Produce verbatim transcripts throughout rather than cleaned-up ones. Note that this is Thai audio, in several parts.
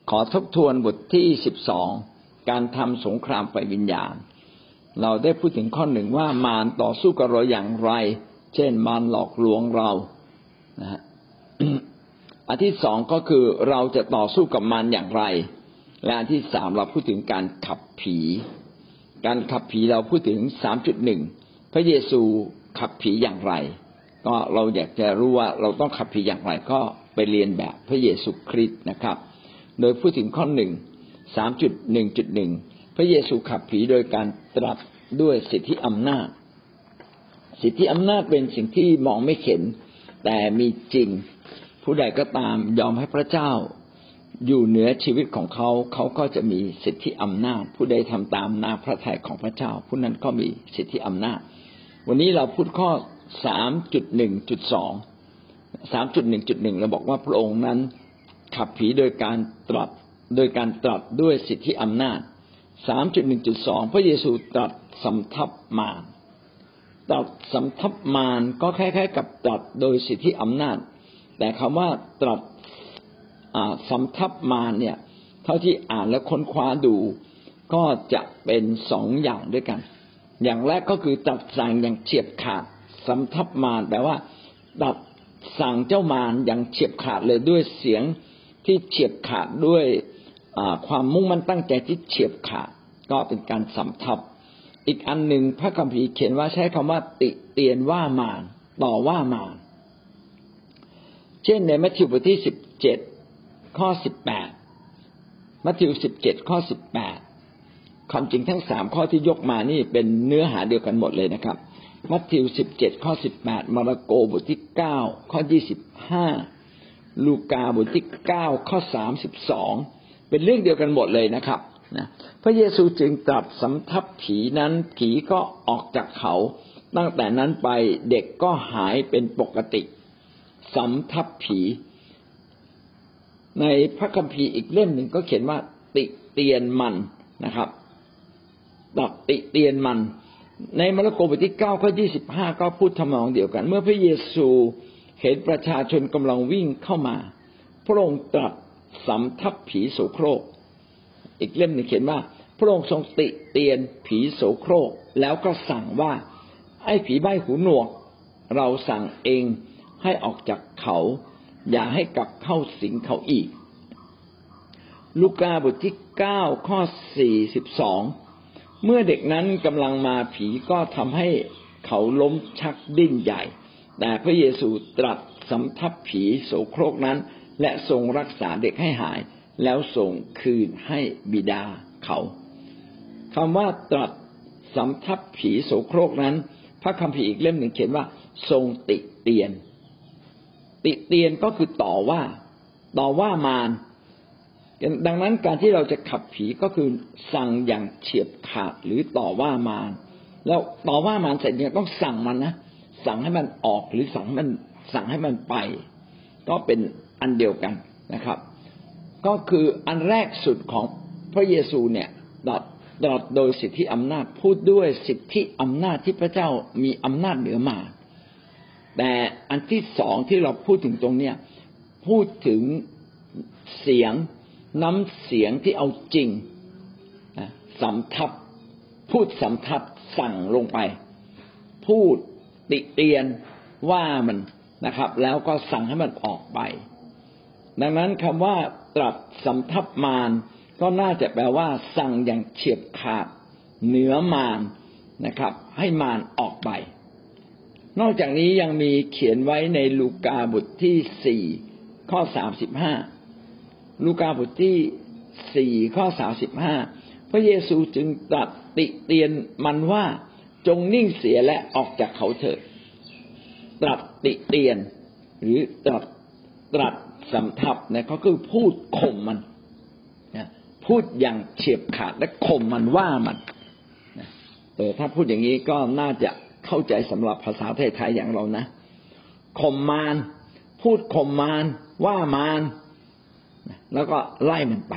ขอทบทวนบทที่สิบสองการทำสงครามไฟวิญญาณเราได้พูดถึงข้อหนึ่งว่ามารต่อสู้กับเราอย่างไรเช่นมารหลอกลวงเรานะฮะ อันที่สองก็คือเราจะต่อสู้กับมารอย่างไรและอันที่สามเราพูดถึงการขับผีการขับผีเราพูดถึง สามจุดหนึ่ง พระเยซูขับผีอย่างไรก็เราอยากจะรู้ว่าเราต้องขับผีอย่างไรก็ไปเรียนแบบพระเยซูคริสต์นะครับโดยพูดถึงข้อหนึ่ง สามจุดหนึ่งจุดหนึ่ง พระเยซูขับผีโดยการตรัสด้วยสิทธิอำนาจสิทธิอำนาจเป็นสิ่งที่มองไม่เห็นแต่มีจริงผู้ใดก็ตามยอมให้พระเจ้าอยู่เหนือชีวิตของเขาเขาก็จะมีสิทธิอำนาจผู้ใดทำตามนาพระทัยของพระเจ้าผู้นั้นก็มีสิทธิอำนาจวันนี้เราพูดข้อ สามจุดหนึ่งจุดสอง สามจุดหนึ่งจุดหนึ่ง เราบอกว่าพระองค์นั้นขับผีโดยการตรัสโดยการตรัสด้วยสิทธิอำนาจ สามจุดหนึ่งจุดสอง พระเยซูตรัสสำทับมารตรัสสำทับมารก็คล้ายๆกับตรัสโดยสิทธิอำนาจแต่คำว่าตรัสสำทับมารเนี่ยเท่าที่อ่านและค้นคว้าดูก็จะเป็นสองอย่างด้วยกันอย่างแรกก็คือตรัสสั่งอย่างเฉียบขาดสำทับมารแปลว่าตรัสสั่งเจ้ามารอย่างเฉียบขาดเลยด้วยเสียงที่เฉียบขาดด้วยความมุ่งมั่นตั้งใจที่เฉียบขาดก็เป็นการสำทับอีกอันหนึ่งพระคัมภีร์เขียนว่าใช้คำว่าติเตียนว่ามารต่อว่ามารเช่นในมัทธิวบทที่สิบเจ็ดข้อสิบแปดมัทธิวสิบเจ็ดข้อสิบแปดความจริงทั้งสามข้อที่ยกมานี่เป็นเนื้อหาเดียวกันหมดเลยนะครับมัทธิวสิบเจ็ดข้อสิบแปดมาระโกบทที่เก้าข้อยี่สิบห้าลูกาบทที่เก้าข้อสามสิบสองเป็นเรื่องเดียวกันหมดเลยนะครับนะพระเยซูจึงตรัสสำทับผีนั้นผีก็ออกจากเขาตั้งแต่นั้นไปเด็กก็หายเป็นปกติสำทับผีในพระคัมภีร์อีกเล่มหนึ่งก็เขียนว่าติเตียนมันนะครับตัดติเตียนมันในมาระโกบทที่เก้าข้อยี่สิบห้าก็พูดทำนองเดียวกันเมื่อพระเยซูเห็นประชาชนกำลังวิ่งเข้ามาพระองค์ตรัสสำทับผีโสโครกอีกเล่มหนึ่งเขียนว่าพระองค์ทรงติเตียนผีโสโครกแล้วก็สั่งว่าไอ้ผีใบ้หูหนวกเราสั่งเองให้ออกจากเขาอย่าให้กลับเข้าสิงเขาอีกลูกาบทที่เก้าข้อสี่สิบสองเมื่อเด็กนั้นกำลังมาผีก็ทำให้เขาล้มชักดิ้นใหญ่แต่พระเยซูตรัสสำทับผีโสโครกนั้นและทรงรักษาเด็กให้หายแล้วส่งคืนให้บิดาเขาคำว่าตรัสสำทับผีโสโครกนั้นพระคัมภีร์อีกเล่มหนึ่งเขียนว่าทรงติเตียนติเตียนก็คือต่อว่าต่อว่ามารดังนั้นการที่เราจะขับผีก็คือสั่งอย่างเฉียบขาดหรือต่อว่ามารแล้วต่อว่ามารเสร็จเนี่ยต้องสั่งมันนะสั่งให้มันออกหรือสั่งให้มันสั่งให้มันไปก็เป็นอันเดียวกันนะครับก็คืออันแรกสุดของพระเยซูเนี่ยตรัสตรัสโดยสิทธิอำนาจพูดด้วยสิทธิอำนาจที่พระเจ้ามีอำนาจเหนือมารแต่อันที่สองที่เราพูดถึงตรงเนี้ยพูดถึงเสียงน้ำเสียงที่เอาจริงสำทับพูดสำทับสั่งลงไปพูดติเตียนว่ามันนะครับแล้วก็สั่งให้มันออกไปดังนั้นคำว่าตรัสสำทับมารก็น่าจะแปลว่าสั่งอย่างเฉียบขาดเหนือมารนะครับให้มารออกไปนอกจากนี้ยังมีเขียนไว้ในลูกาบทที่สี่ข้อสามสิบห้าลูกาบทที่สี่ข้อสามสิบห้าพระเยซูจึงตรัสติเตียนมันว่าจงนิ่งเสียและออกจากเขาเถิดตรัสติเตียนหรือตรัสตรัสสำทับเนี่ยก็คือพูดข่มมันนะพูดอย่างเฉียบขาดและข่มมันว่ามันนะเออถ้าพูดอย่างนี้ก็น่าจะเข้าใจสำหรับภาษาไทยๆอย่างเรานะข่มมารพูดข่มมารว่ามารแล้วก็ไล่มันไป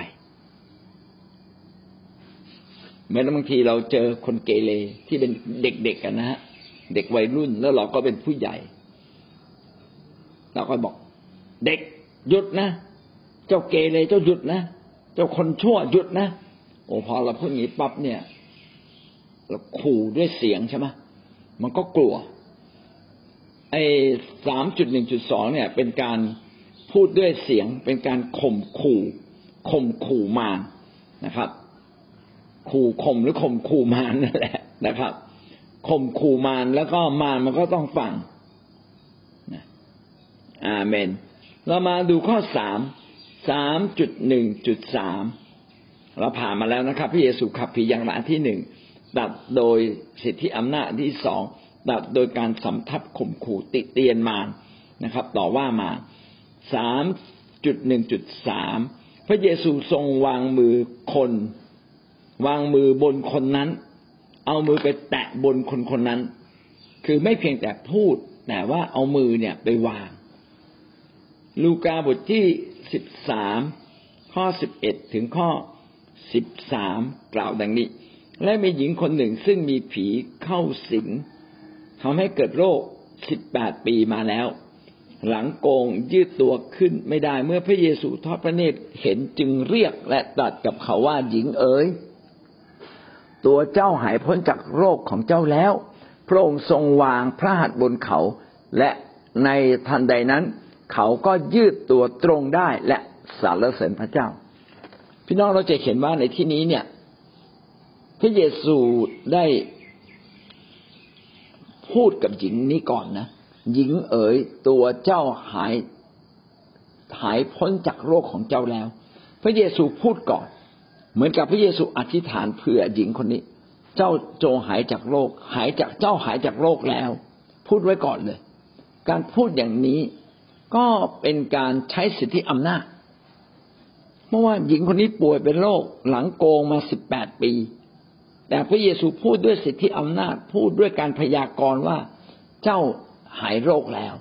แม้บางทีเราเจอคนเกเรที่เป็นเด็กๆกันนะฮะเด็กวัยรุ่นแล้วเราก็เป็นผู้ใหญ่เราก็บอกเด็กหยุดนะเจ้าเกเรเจ้าหยุดนะเจ้าคนชั่วหยุดนะโอ้พอเราพูดอย่างนี้ปั๊บเนี่ยเราขู่ด้วยเสียงใช่ไหมมันก็กลัวไอ้สามจุดหนึ่งจุดสองเนี่ยเป็นการพูดด้วยเสียงเป็นการข่มขู่ข่มขู่มารนะครับขู่ข่มหรือข่มขู่มารนั่นแหละนะครับข่มขู่มารแล้วก็มารมันก็ต้องฟังนะอาเมนเรามาดูข้อสาม สามจุดหนึ่งจุดสามเราผ่านมาแล้วนะครับพระเยซูขับผีอย่างหลายที่หนึ่งดับโดยสิทธิอำนาจที่สองดับโดยการสำทับข่มขู่ติเตียนมารนะครับต่อว่ามา สามจุดหนึ่งจุดสาม พระเยซูทรงวางมือคนวางมือบนคนนั้นเอามือไปแตะบนคนคนนั้นคือไม่เพียงแต่พูดแต่ว่าเอามือเนี่ยไปวางลูกาบทที่สิบสามข้อสิบเอ็ดถึงข้อสิบสามกล่าวดังนี้และมีหญิงคนหนึ่งซึ่งมีผีเข้าสิงทำให้เกิดโรคสิบแปดปีมาแล้วหลังโกงยืดตัวขึ้นไม่ได้เมื่อพระเยซูทอดพระเนตรเห็นจึงเรียกและตรัสกับเขาว่าหญิงเอ๋ยตัวเจ้าหายพ้นจากโรคของเจ้าแล้วพระองค์ทรงวางพระหัตถ์บนเขาและในทันใดนั้นเขาก็ยืดตัวตรงได้และสรรเสริญพระเจ้าพี่น้องเราจะเห็นว่าในที่นี้เนี่ยพระเยซูได้พูดกับหญิงนี้ก่อนนะหญิงเอ๋ยตัวเจ้าหายหายพ้นจากโรคของเจ้าแล้วพระเยซูพูดก่อนเหมือนกับพระเยซูอธิษฐานเผื่อหญิงคนนี้เจ้าจงหายจากโรคหายจากเจ้าหายจากโรคแล้วพูดไว้ก่อนเลยการพูดอย่างนี้ก็เป็นการใช้สิทธิอำนาจเพราะว่าหญิงคนนี้ป่วยเป็นโรคหลังโกงมาสิบแปดปีแต่พระเยซูพูดด้วยสิทธิอำนาจพูดด้วยการพยากรณ์ว่าเจ้าหายโรคแล้ว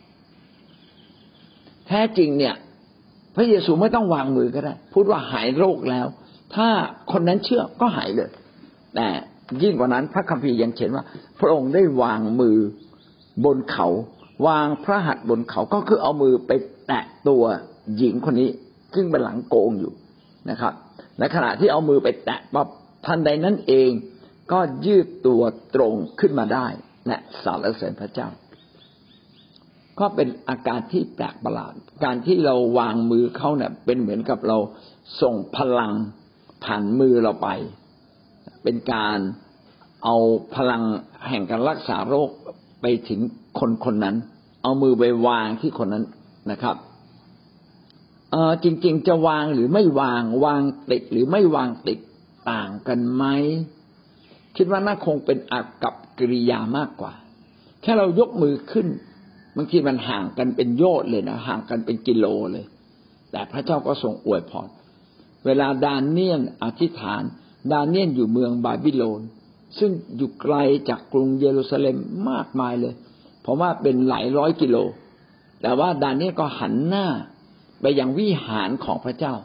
แท้จริงเนี่ยพระเยซูไม่ต้องวางมือก็ได้พูดว่าหายโรคแล้วถ้าคนนั้นเชื่อก็หายเลยแต่ยิ่งกว่านั้นพระคัมภีร์ยังเขียนว่าพระองค์ได้วางมือบนเขาวางพระหัตถ์บนเขาก็คือเอามือไปแตะตัวหญิงคนนี้ซึ่งเป็นหลังโกงอยู่นะครับในขณะที่เอามือไปแตะปั๊บทันใดนั้นเองก็ยืดตัวตรงขึ้นมาได้และสรรเสริญพระเจ้าก็เป็นอาการที่แปลกประหลาดการที่เราวางมือเขาเนี่ยเป็นเหมือนกับเราส่งพลังผ่านมือเราไปเป็นการเอาพลังแห่งการรักษาโรคไปถึงคนคนนั้นเอามือไปวางที่คนนั้นนะครับเออจริงๆจะวางหรือไม่วางวางติดหรือไม่วางติดต่างกันไหมคิดว่าน่าคงเป็นอากัปกิริยามากกว่าแค่เรายกมือขึ้นบางทีมันห่างกันเป็นโยชน์เลยนะห่างกันเป็นกิโลเลยแต่พระเจ้าก็ทรงอวยพรเวลาดาเนียลอธิษฐานดาเนียลอยู่เมืองบาบิโลนซึ่งอยู่ไกลจากกรุงเยรูซาเล็มมากมายเลยเพราะว่าเป็นหลายร้อยกิโลแต่ว่าดาเนียลก็หันหน้าไปยังวิหารของพระเจ้า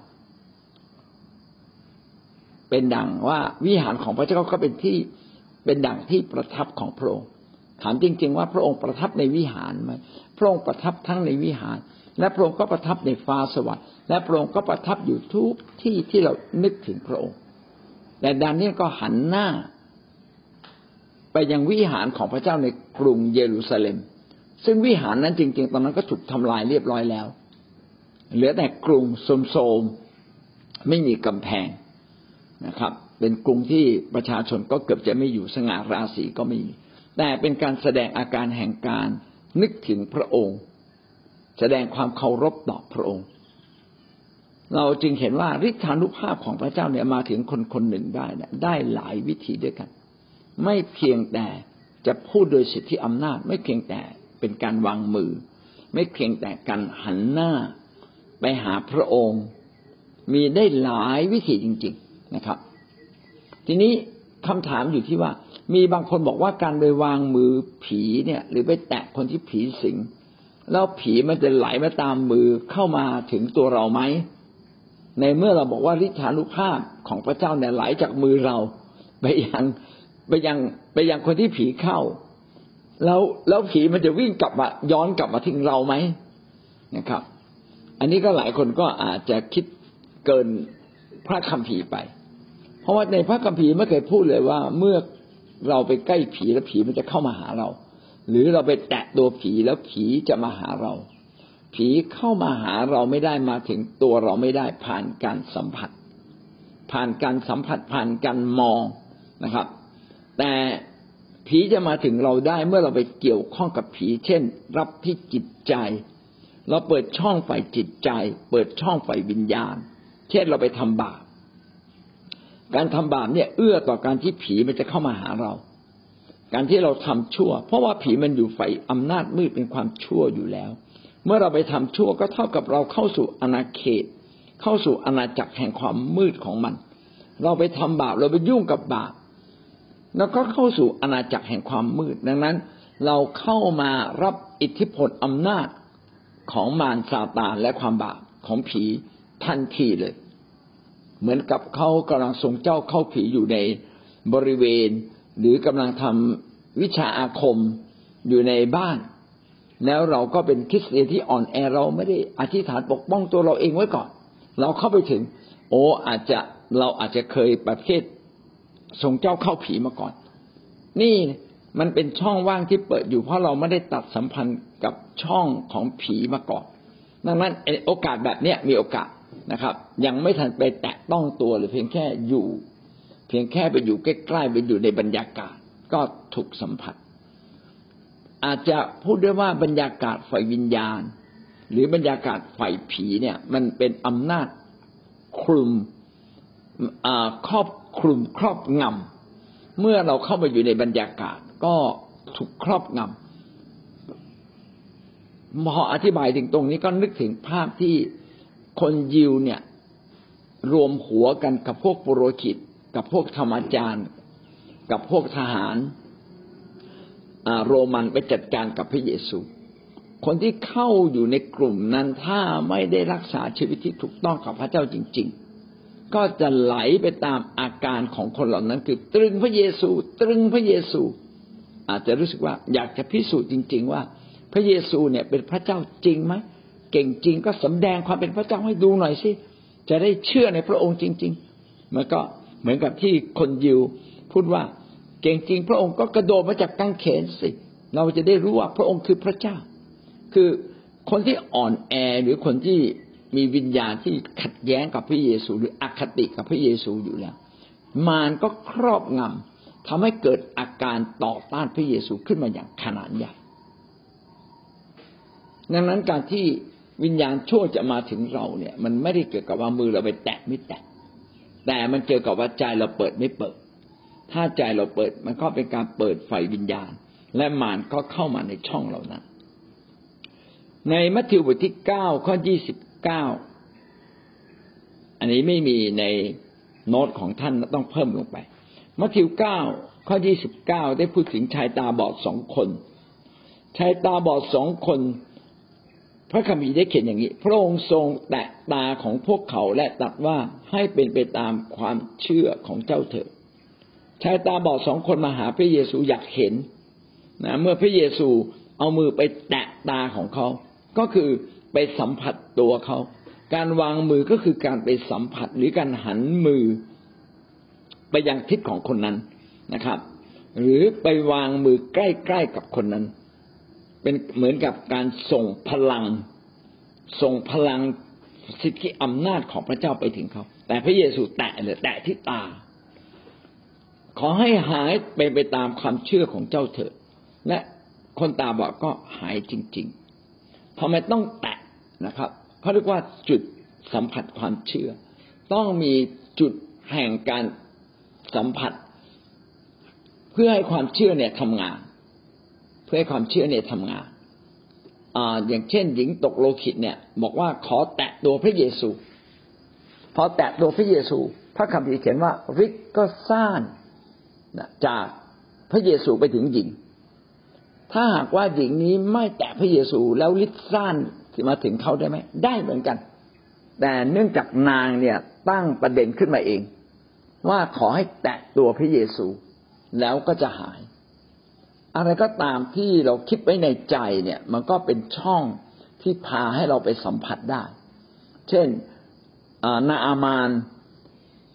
เป็นดังว่าวิหารของพระเจ้าก็เป็นที่เป็นดังที่ประทับของพระองค์ถามจริงๆว่าพระองค์ประทับในวิหารไหมพระองค์ประทับทั้งในวิหารและพระองค์ก็ประทับในฟ้าสวรรค์และพระองค์ก็ประทับอยู่ทุกที่ที่เรานึกถึงพระองค์แต่ดาเนียลก็หันหน้าไปยังวิหารของพระเจ้าในกรุงเยรูซาเล็มซึ่งวิหารนั้นจริงๆตอนนั้นก็ถูกทำลายเรียบร้อยแล้วเหลือแต่กรุงโทรมๆไม่มีกำแพงนะครับเป็นกรุงที่ประชาชนก็เกือบจะไม่อยู่สง่าราศีก็ไม่มีแต่เป็นการแสดงอาการแห่งการนึกถึงพระองค์แสดงความเคารพต่อพระองค์เราจึงเห็นว่าฤทธานุภาพของพระเจ้าเนี่ยมาถึงคนคนหนึ่งได้ได้หลายวิธีด้วยกันไม่เพียงแต่จะพูดโดยสิทธิอำนาจไม่เพียงแต่เป็นการวางมือไม่เพียงแต่การหันหน้าไปหาพระองค์มีได้หลายวิธีจริงๆนะครับทีนี้คำถามอยู่ที่ว่ามีบางคนบอกว่าการไปวางมือผีเนี่ยหรือไปแตะคนที่ผีสิงแล้วผีมันจะไหลมาตามมือเข้ามาถึงตัวเราไหมในเมื่อเราบอกว่าฤทธานุภาพของพระเจ้าเนี่ยไหลจากมือเราไปยังไปยังไปยังคนที่ผีเข้าแล้วแล้วผีมันจะวิ่งกลับมาย้อนกลับมาถึงเราไหมนะครับอันนี้ก็หลายคนก็อาจจะคิดเกินพระคัมภีร์ไปเพราะว่าในพระคัมภีร์ไม่เคยพูดเลยว่าเมื่อเราไปใกล้ผีแล้วผีมันจะเข้ามาหาเราหรือเราไปแตะตัวผีแล้วผีจะมาหาเราผีเข้ามาหาเราไม่ได้มาถึงตัวเราไม่ได้ผ่านการสัมผัสผ่านการสัมผัสผ่านการมองนะครับแต่ผีจะมาถึงเราได้เมื่อเราไปเกี่ยวข้องกับผีเช่นรับที่จิตใจเราเปิดช่องฝ่ายจิตใจเปิดช่องฝ่ายวิญญาณเช่นเราไปทำบาปการทำบาปเนี่ยเอื้อต่อการที่ผีมันจะเข้ามาหาเราการที่เราทำชั่วเพราะว่าผีมันอยู่ฝ่ายอำนาจมืดเป็นความชั่วอยู่แล้วเมื่อเราไปทำชั่วก็เท่ากับเราเข้าสู่อาณาเขตเข้าสู่อาณาจักรแห่งความมืดของมันเราไปทำบาปเราไปยุ่งกับบาปแล้วก็เข้าสู่อาณาจักรแห่งความมืดดังนั้นเราเข้ามารับอิทธิพลอำนาจของมารซาตานและความบาปของผีทันทีเลยเหมือนกับเขากำลังทรงเจ้าเข้าผีอยู่ในบริเวณหรือกำลังทำวิชาอาคมอยู่ในบ้านแล้วเราก็เป็นคริสเตียนที่อ่อนแอเราไม่ได้อธิษฐานปกป้องตัวเราเองไว้ก่อนเราเข้าไปถึงโอ้อาจจะเราอาจจะเคยประเภททรงเจ้าเข้าผีมาก่อนนี่มันเป็นช่องว่างที่เปิดอยู่เพราะเราไม่ได้ตัดสัมพันธ์กับช่องของผีมาก่อนดังนั้นโอกาสแบบนี้มีโอกาสนะครับยังไม่ทันไปแตะต้องตัวหรือเพียงแค่อยู่เพียงแค่ไปอยู่ใกล้ๆไปอยู่ในบรรยากาศก็ถูกสัมผัสอาจจะพูดได้ว่าบรรยากาศฝ่ายวิญญาณหรือบรรยากาศฝ่ายผีเนี่ยมันเป็นอำนาจคลุมครอบคลุมครอบงำเมื่อเราเข้าไปอยู่ในบรรยากาศก็ถูกครอบงำพออธิบายถึงตรงนี้ก็นึกถึงภาพที่คนยิวเนี่ยรวมหัวกันกับพวกปุโรหิตกับพวกธรรมจารย์กับพวกทหารโรมันไปจัดการกับพระเยซูคนที่เข้าอยู่ในกลุ่มนั้นถ้าไม่ได้รักษาชีวิตที่ถูกต้องกับพระเจ้าจริงๆก็จะไหลไปตามอาการของคนเหล่านั้นคือตรึงพระเยซูตรึงพระเยซูอาจจะรู้สึกว่าอยากจะพิสูจน์จริงๆว่าพระเยซูเนี่ยเป็นพระเจ้าจริงไหมเก่งจริงก็สำแดงความเป็นพระเจ้าให้ดูหน่อยสิจะได้เชื่อในพระองค์จริงๆมันก็เหมือนกับที่คนยิวพูดว่าเก่งจริงพระองค์ก็กระโดดมาจากกางเขนสิเราจะได้รู้ว่าพระองค์คือพระเจ้าคือคนที่อ่อนแอหรือคนที่มีวิญญาณที่ขัดแย้งกับพระเยซูหรืออคติกับพระเยซูอยู่แล้วมารก็ครอบงำทำให้เกิดอาการต่อต้านพระเยซูขึ้นมาอย่างขนาดใหญ่ดังนั้นการที่วิญญาณชั่วจะมาถึงเราเนี่ยมันไม่ได้เกี่ยวกับว่ามือเราไปแตะไม่แตะแต่มันเกี่ยวกับว่าใจเราเปิดไม่เปิดถ้าใจเราเปิดมันก็เป็นการเปิดไฟวิญญาณและมารก็เข้ามาในช่องเหล่านั้นในมัทธิวบทที่เก้าข้อยี่สิบเก้าอันนี้ไม่มีในโน้ตของท่านต้องเพิ่มลงไปมัทธิวเก้าข้อยี่สิบเก้าได้พูดถึงชายตาบอดสองคนชายตาบอดสองคนพระคัมภีร์ได้เขียนอย่างนี้พระองค์ทรงแตะตาของพวกเขาและตรัสว่าให้เป็นไปตามความเชื่อของเจ้าเถิดชายตาบอดสองคนมาหาพระเยซูอยากเห็นนะเมื่อพระเยซูเอามือไปแตะตาของเขาก็คือไปสัมผัสตัวเขาการวางมือก็คือการไปสัมผัสหรือการหันมือไปยังทิศของคนนั้นนะครับหรือไปวางมือใกล้ๆกับคนนั้นเป็นเหมือนกับการส่งพลังส่งพลังสิทธิอำนาจของพระเจ้าไปถึงเขาแต่พระเยซูแตะเลยแตะที่ตาขอให้หายไปไปตามความเชื่อของเจ้าเถิดและคนตาบอดก็หายจริงๆทำไมต้องแตะนะครับเขาเรียกว่าจุดสัมผัสความเชื่อต้องมีจุดแห่งการสัมผัสเพื่อให้ความเชื่อเนี่ยทำงานเพื่อให้ความเชื่อเนี่ยทำงานอ่าอย่างเช่นหญิงตกโลหิตเนี่ยบอกว่าขอแตะตัวพระเยซูพอแตะตัวพระเยซูพระคัมภีร์เขียนว่าฤทธิ์ก็ซ่านจากพระเยซูไปถึงหญิงถ้าหากว่าหญิงนี้ไม่แตะพระเยซูแล้วฤทธิ์ซ่านมาถึงเขาได้ไหมได้เหมือนกันแต่เนื่องจากนางเนี่ยตั้งประเด็นขึ้นมาเองว่าขอให้แตะตัวพระเยซูแล้วก็จะหายอะไรก็ตามที่เราคิดไว้ในใจเนี่ยมันก็เป็นช่องที่พาให้เราไปสัมผัสได้เช่นนาอามาน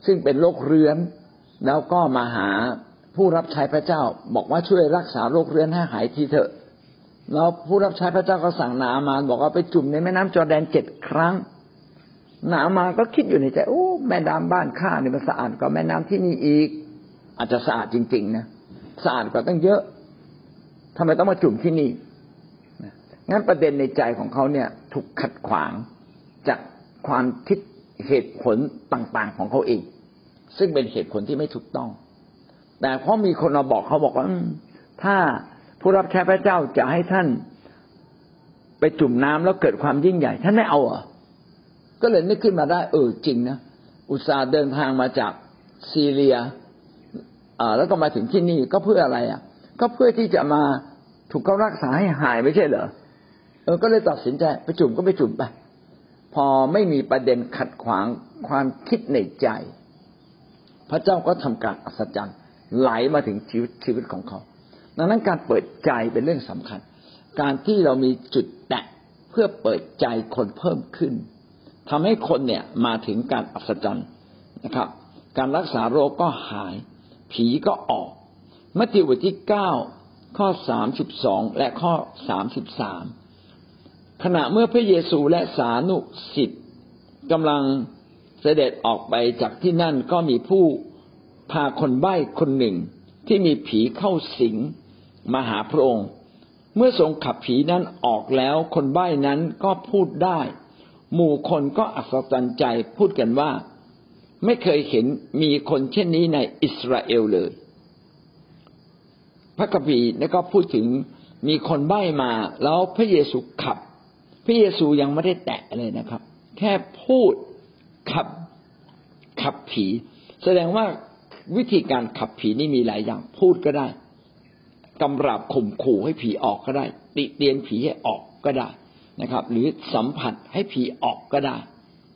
ซึ่งเป็นโรคเรื้อนแล้วก็มาหาผู้รับใช้พระเจ้าบอกว่าช่วยรักษาโรคเรื้อนให้หายทีเถอะแล้วผู้รับใช้พระเจ้าก็สั่งนาอามานบอกว่าไปจุ่มในแม่น้ำจอร์แดนเจ็ดครั้งนาอามานก็คิดอยู่ในใจโอ้แม่น้ำบ้านข้าเนี่ยมันสะอาดกว่าแม่น้ำที่นี่อีกอาจจะสะอาดจริงๆนะสะอาดกว่าตั้งเยอะทำไมต้องมาจุ่มที่นี่งั้นประเด็นในใจของเขาเนี่ยถูกขัดขวางจากความคิดเหตุผลต่างๆของเขาเองซึ่งเป็นเหตุผลที่ไม่ถูกต้องแต่พอมีคนมาบอกเขาบอกว่าถ้าผู้รับใช้พระเจ้าจะให้ท่านไปจุ่มน้ำแล้วเกิดความยิ่งใหญ่ท่านไม่เอาเหรอก็เลยนึกขึ้นมาได้เออจริงนะอุตส่าห์เดินทางมาจากซีเรียอ่าแล้วก็มาถึงที่นี่ก็เพื่ออะไรอ่ะก็เพื่อที่จะมาถูกเขารักษาให้หายไม่ใช่เหรอเออก็เลยตัดสินใจไปจุ่มก็ไปจุ่มไปพอไม่มีประเด็นขัดขวางความคิดในใจพระเจ้าก็ทำการอัศจรรย์ไหลมาถึงชีวิตชีวิตของเขาดังนั้นการเปิดใจเป็นเรื่องสำคัญการที่เรามีจุดแตะเพื่อเปิดใจคนเพิ่มขึ้นทำให้คนเนี่ยมาถึงการอัศจรรย์นะครับการรักษาโรคก็หายผีก็ออกมัทธิวบทที่เก้าข้อสามสิบสองและข้อสามสิบสามขณะเมื่อพระเยซูและสานุสิษย์กำลังเสด็จออกไปจากที่นั่นก็มีผู้พาคนใบ้คนหนึ่งที่มีผีเข้าสิงมาหาพระองค์เมื่อทรงขับผีนั้นออกแล้วคนใบ้นั้นก็พูดได้หมู่คนก็อัศจรรย์ใจพูดกันว่าไม่เคยเห็นมีคนเช่นนี้ในอิสราเอลเลยพระคัมภีร์แล้วก็พูดถึงมีคนใบ้มาแล้วพระเยซูขับพระเยซูยังไม่ได้แตะเลยนะครับแค่พูดขับขับผีแสดงว่าวิธีการขับผีนี่มีหลายอย่างพูดก็ได้กำราบข่มขู่ให้ผีออกก็ได้ติเตียนผีให้ออกก็ได้นะครับหรือสัมผัสให้ผีออกก็ได้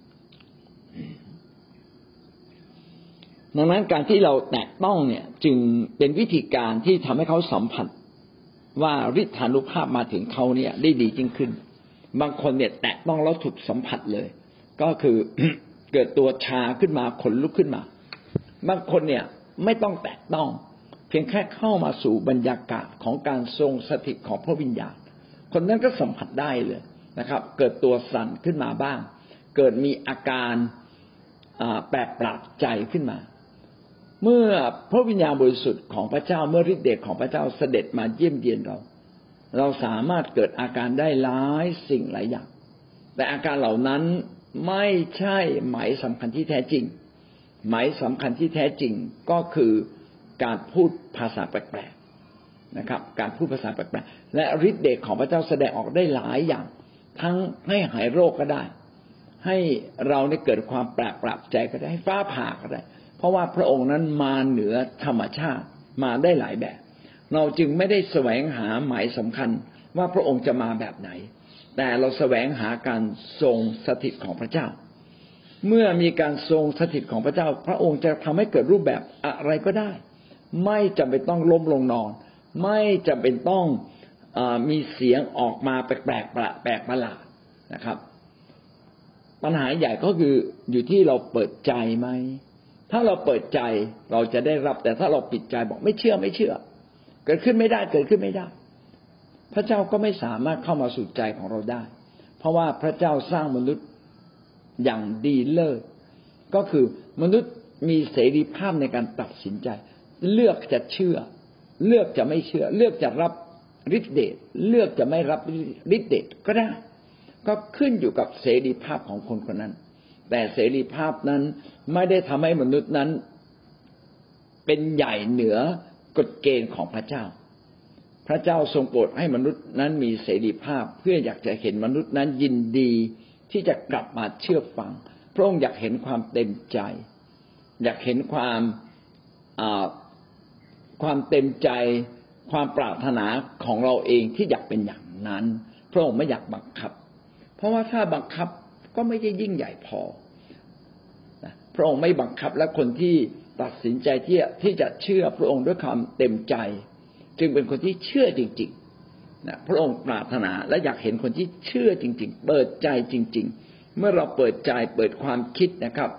ดังนั้นการที่เราแตะต้องเนี่ยจึงเป็นวิธีการที่ทำให้เขาสัมผัสว่าฤทธานุภาพมาถึงเขาเนี่ยได้ดียิ่งขึ้นบางคนเนี่ยแตะต้องแล้วถูกสัมผัสเลยก็คือ เกิดตัวชาขึ้นมาขนลุกขึ้นมาบางคนเนี่ยไม่ต้องแตะต้องเพียงแค่เข้ามาสู่บรรยากาศของการทรงสถิตของพระวิญญาณคนนั้นก็สัมผัสได้เลยนะครับเกิดตัวสั่นขึ้นมาบ้างเกิดมีอาการแปลกประหลาดใจขึ้นมาเมื่อพระวิญญาณบริสุทธิ์ของพระเจ้าเมื่อฤทธิ์เดชของพระเจ้าเสด็จมาเยี่ยมเยียนเราเราสามารถเกิดอาการได้หลายสิ่งหลายอย่างแต่อาการเหล่านั้นไม่ใช่หมายสำคัญที่แท้จริงหมายสำคัญที่แท้จริงก็คือการพูดภาษาแปลกๆนะครับการพูดภาษาแปลกๆและฤทธิ์เดชของพระเจ้าแสดงออกได้หลายอย่างทั้งให้หายโรคก็ได้ให้เราได้เกิดความแปลกประหลาดใจก็ได้ให้ฟ้าผ่าก็ได้เพราะว่าพระองค์นั้นมาเหนือธรรมชาติมาได้หลายแบบเราจึงไม่ได้แสวงหาหมายสำคัญว่าพระองค์จะมาแบบไหนแต่เราแสวงหาการทรงสถิตของพระเจ้าเมื่อมีการทรงสถิตของพระเจ้าพระองค์จะทำให้เกิดรูปแบบอะไรก็ได้ไม่จำเป็นต้องล้มลงนอนไม่จำเป็นต้องเอ่อมีเสียงออกมาแปลกแปลกแปลกประหลาดนะครับปัญหาใหญ่ก็คืออยู่ที่เราเปิดใจไหมถ้าเราเปิดใจเราจะได้รับแต่ถ้าเราปิดใจบอกไม่เชื่อไม่เชื่อเกิดขึ้นไม่ได้เกิดขึ้นไม่ได้พระเจ้าก็ไม่สามารถเข้ามาสู่ใจของเราได้เพราะว่าพระเจ้าสร้างมนุษย์อย่างดีเลิศก็คือมนุษย์มีเสรีภาพในการตัดสินใจเลือกจะเชื่อเลือกจะไม่เชื่อเลือกจะรับฤทธิ์เดชเลือกจะไม่รับฤทธิ์เดชก็ได้ก็ขึ้นอยู่กับเสรีภาพของคนคนนั้นแต่เสรีภาพนั้นไม่ได้ทำให้มนุษย์นั้นเป็นใหญ่เหนือกฎเกณฑ์ของพระเจ้าพระเจ้าทรงโปรดให้มนุษย์นั้นมีเสรีภาพเพื่ออยากจะเห็นมนุษย์นั้นยินดีที่จะกลับมาเชื่อฟังพระองค์อยากเห็นความเต็มใจอยากเห็นความความเต็มใจความปรารถนาของเราเองที่อยากเป็นอย่างนั้นพระองค์ไม่อยากบังคับเพราะว่าถ้าบังคับก็ไม่ได้ยิ่งใหญ่พอพระองค์ไม่บังคับและคนที่ตัดสินใจที่ที่จะเชื่อพระองค์ด้วยความเต็มใจจึงเป็นคนที่เชื่อจริงๆนะพระองค์ปรารถนาและอยากเห็นคนที่เชื่อจริงๆเปิดใจจริงๆเมื่อเราเปิดใจเปิดความคิดนะครับ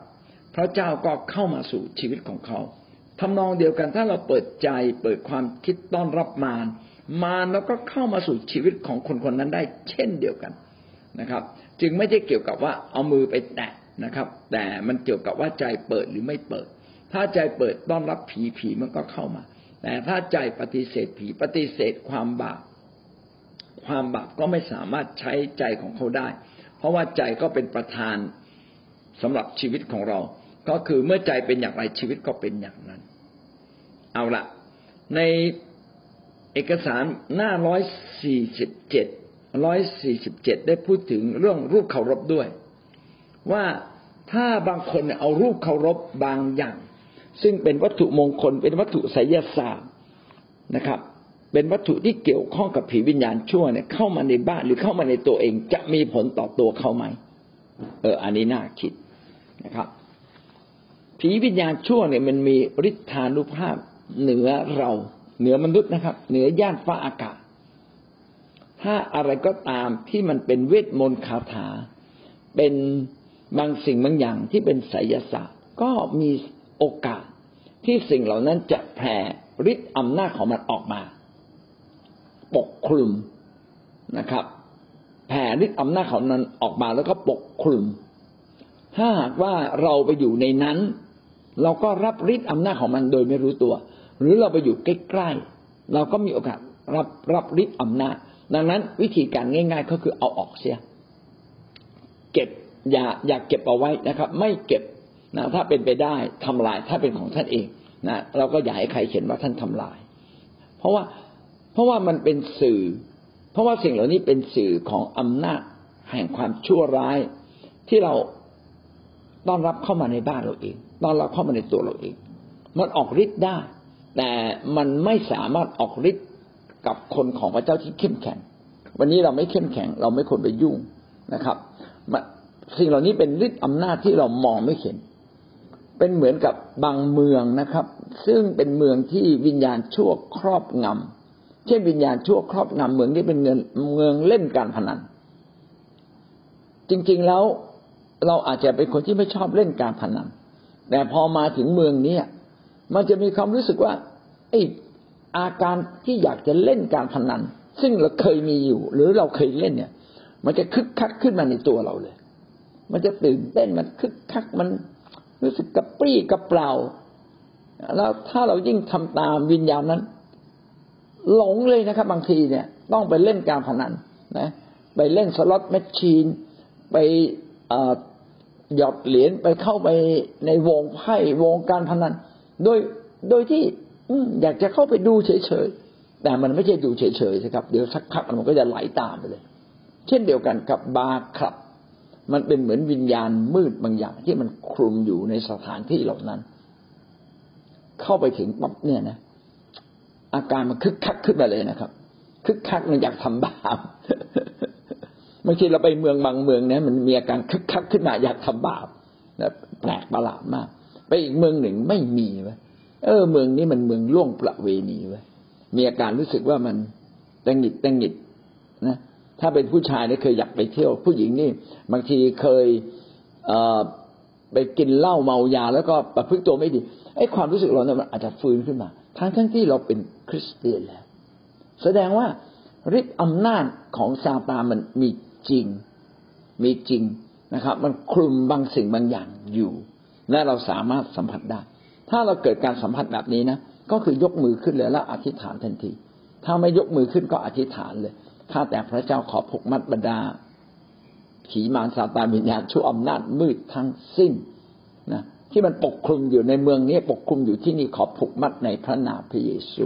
พระเจ้าก็เข้ามาสู่ชีวิตของเขาทำนองเดียวกันถ้าเราเปิดใจเปิดความคิดต้อนรับมารมารแล้วก็เข้ามาสู่ชีวิตของคนคนนั้นได้เช่นเดียวกันนะครับจึงไม่ได้เกี่ยวกับว่าเอามือไปแตะนะครับแต่มันเกี่ยวกับว่าใจเปิดหรือไม่เปิดถ้าใจเปิดต้อนรับผีผีมันก็เข้ามาแต่ถ้าใจปฏิเสธผีปฏิเสธความบาปความบาปก็ไม่สามารถใช้ใจของเขาได้เพราะว่าใจก็เป็นประธานสำหรับชีวิตของเราก็คือเมื่อใจเป็นอย่างไรชีวิตก็เป็นอย่างนั้นเอาละในเอกสารหน้าหนึ่งร้อยสี่สิบเจ็ด หนึ่งร้อยสี่สิบเจ็ดได้พูดถึงเรื่องรูปเคารพด้วยว่าถ้าบางคนเอารูปเคารพบางอย่างซึ่งเป็นวัตถุมงคลเป็นวัตถุไสยศาสตร์นะครับเป็นวัตถุที่เกี่ยวข้องกับผีวิญญาณชั่วเนี่ยเข้ามาในบ้านหรือเข้ามาในตัวเองจะมีผลต่อตัวเขาไหมเอออันนี้น่าคิดนะครับผีวิญญาณชั่วเนี่ยมันมีฤทธานุภาพเหนือเราเหนือมนุษย์นะครับเหนือย่านฟ้าอากาศถ้าอะไรก็ตามที่มันเป็นเวทมนต์คาถาเป็นบางสิ่งบางอย่างที่เป็นไสยศาสตร์ก็มีโอกาสที่สิ่งเหล่านั้นจะแผ่ฤทธิ์อำนาจของมันออกมาปกคลุมนะครับแผ่ฤทธิ์อำนาจของมันออกมาแล้วก็ปกคลุมถ้าหากว่าเราไปอยู่ในนั้นเราก็รับฤทธิ์อำนาจของมันโดยไม่รู้ตัวหรือเราไปอยู่ใกล้ๆเราก็มีโอกาสรับรับฤทธิ์อำนาจดังนั้นวิธีการง่ายๆก็คือเอาออกเสียเก็บอย่าอย่าเก็บเอาไว้นะครับไม่เก็บนะถ้าเป็นไปได้ทำลายถ้าเป็นของท่านเองนะเราก็อย่าให้ใครเห็นว่าท่านทำลายเพราะว่าเพราะว่ามันเป็นสื่อเพราะว่าสิ่งเหล่านี้เป็นสื่อของอำนาจแห่งความชั่วร้ายที่เราต้อนรับเข้ามาในบ้านเราเองต้อนรับเข้ามาในตัวเราเองมันออกฤทธิ์ได้แต่มันไม่สามารถออกฤทธิ์กับคนของพระเจ้าที่เข้มแข็งวันนี้เราไม่เข้มแข็งเราไม่ควรไปยุ่งนะครับสิ่งเหล่านี้เป็นฤทธิ์อำนาจที่เรามองไม่เห็นเป็นเหมือนกับบางเมืองนะครับซึ่งเป็นเมืองที่วิญญาณชั่วครอบงำเช่นวิญญาณชั่วครอบงำเมืองนี้เป็นเงินเมืองเล่นการพนันจริงๆแล้วเราอาจจะเป็นคนที่ไม่ชอบเล่นการพนันแต่พอมาถึงเมืองนี้มันจะมีความรู้สึกว่าไอ้อาการที่อยากจะเล่นการพนันซึ่งเราเคยมีอยู่หรือเราเคยเล่นเนี่ยมันจะคึกคักขึ้นมาในตัวเราเลยมันจะตื่นเต้นมันคึกคักมันรู้สึกกระปรี้กระเปร่าแล้วถ้าเรายิ่งทำตามวิญญาณนั้นหลงเลยนะครับบางทีเนี่ยต้องไปเล่นการพนันนะไปเล่นสล็อตแมชชีนไปหยอดเหรียญไปเข้าไปในวงไพ่วงการพนันโดยโดยที่อยากจะเข้าไปดูเฉยๆแต่มันไม่ใช่ดูเฉยๆนะครับเดี๋ยวสักพักมันก็จะไหลตามไปเลยเช่นเดียวกันกับบาร์คลับมันเป็นเหมือนวิญญาณมืดบางอย่างที่มันคลุมอยู่ในสถานที่เหล่านั้นเข้าไปถึงปั๊บเนี่ยนะอาการมันคึกคักขึ้นมาเลยนะครับคึกคักมันอยากทำบาปบางทีเราไปเมืองบางเมืองเนี่ยมันมีอาการคึกคักขึ้นมาอยากทำบาปแบบแปลกประหลาดมากไปอีกเมืองหนึ่งไม่มีเว้ยเออเมืองนี้มันเมืองล่วงประเวณีเว้ยมีอาการรู้สึกว่ามันตังหงิดตังหงิดนะถ้าเป็นผู้ชายเนี่ยเคยอยากไปเที่ยวผู้หญิงนี่บางทีเคยเอ่อไปกินเหล้าเมายาแล้วก็ประพฤติตัวไม่ดีไอ้ความรู้สึกเราเนี่ยมันอาจจะฟื้นขึ้นมาทั้งทั้งที่เราเป็นคริสเตียนแล้วแสดงว่าฤทธิ์อำนาจของซาตานมันมีจริงมีจริงนะครับมันคลุมบางสิ่งบางอย่างอยู่และเราสามารถสัมผัสได้ถ้าเราเกิดการสัมผัสแบบนี้นะก็คือยกมือขึ้นเลยแล้วอธิษฐานทันทีถ้าไม่ยกมือขึ้นก็อธิษฐานเลยข้าแต่พระเจ้าขอผูกมัดบรรดาผีมารซาตานวิญญาณชั่วอำนาจมืดทั้งสิ้นนะที่มันปกคลุมอยู่ในเมืองนี้ปกคลุมอยู่ที่นี่ขอผูกมัดในพระนามพระเยซู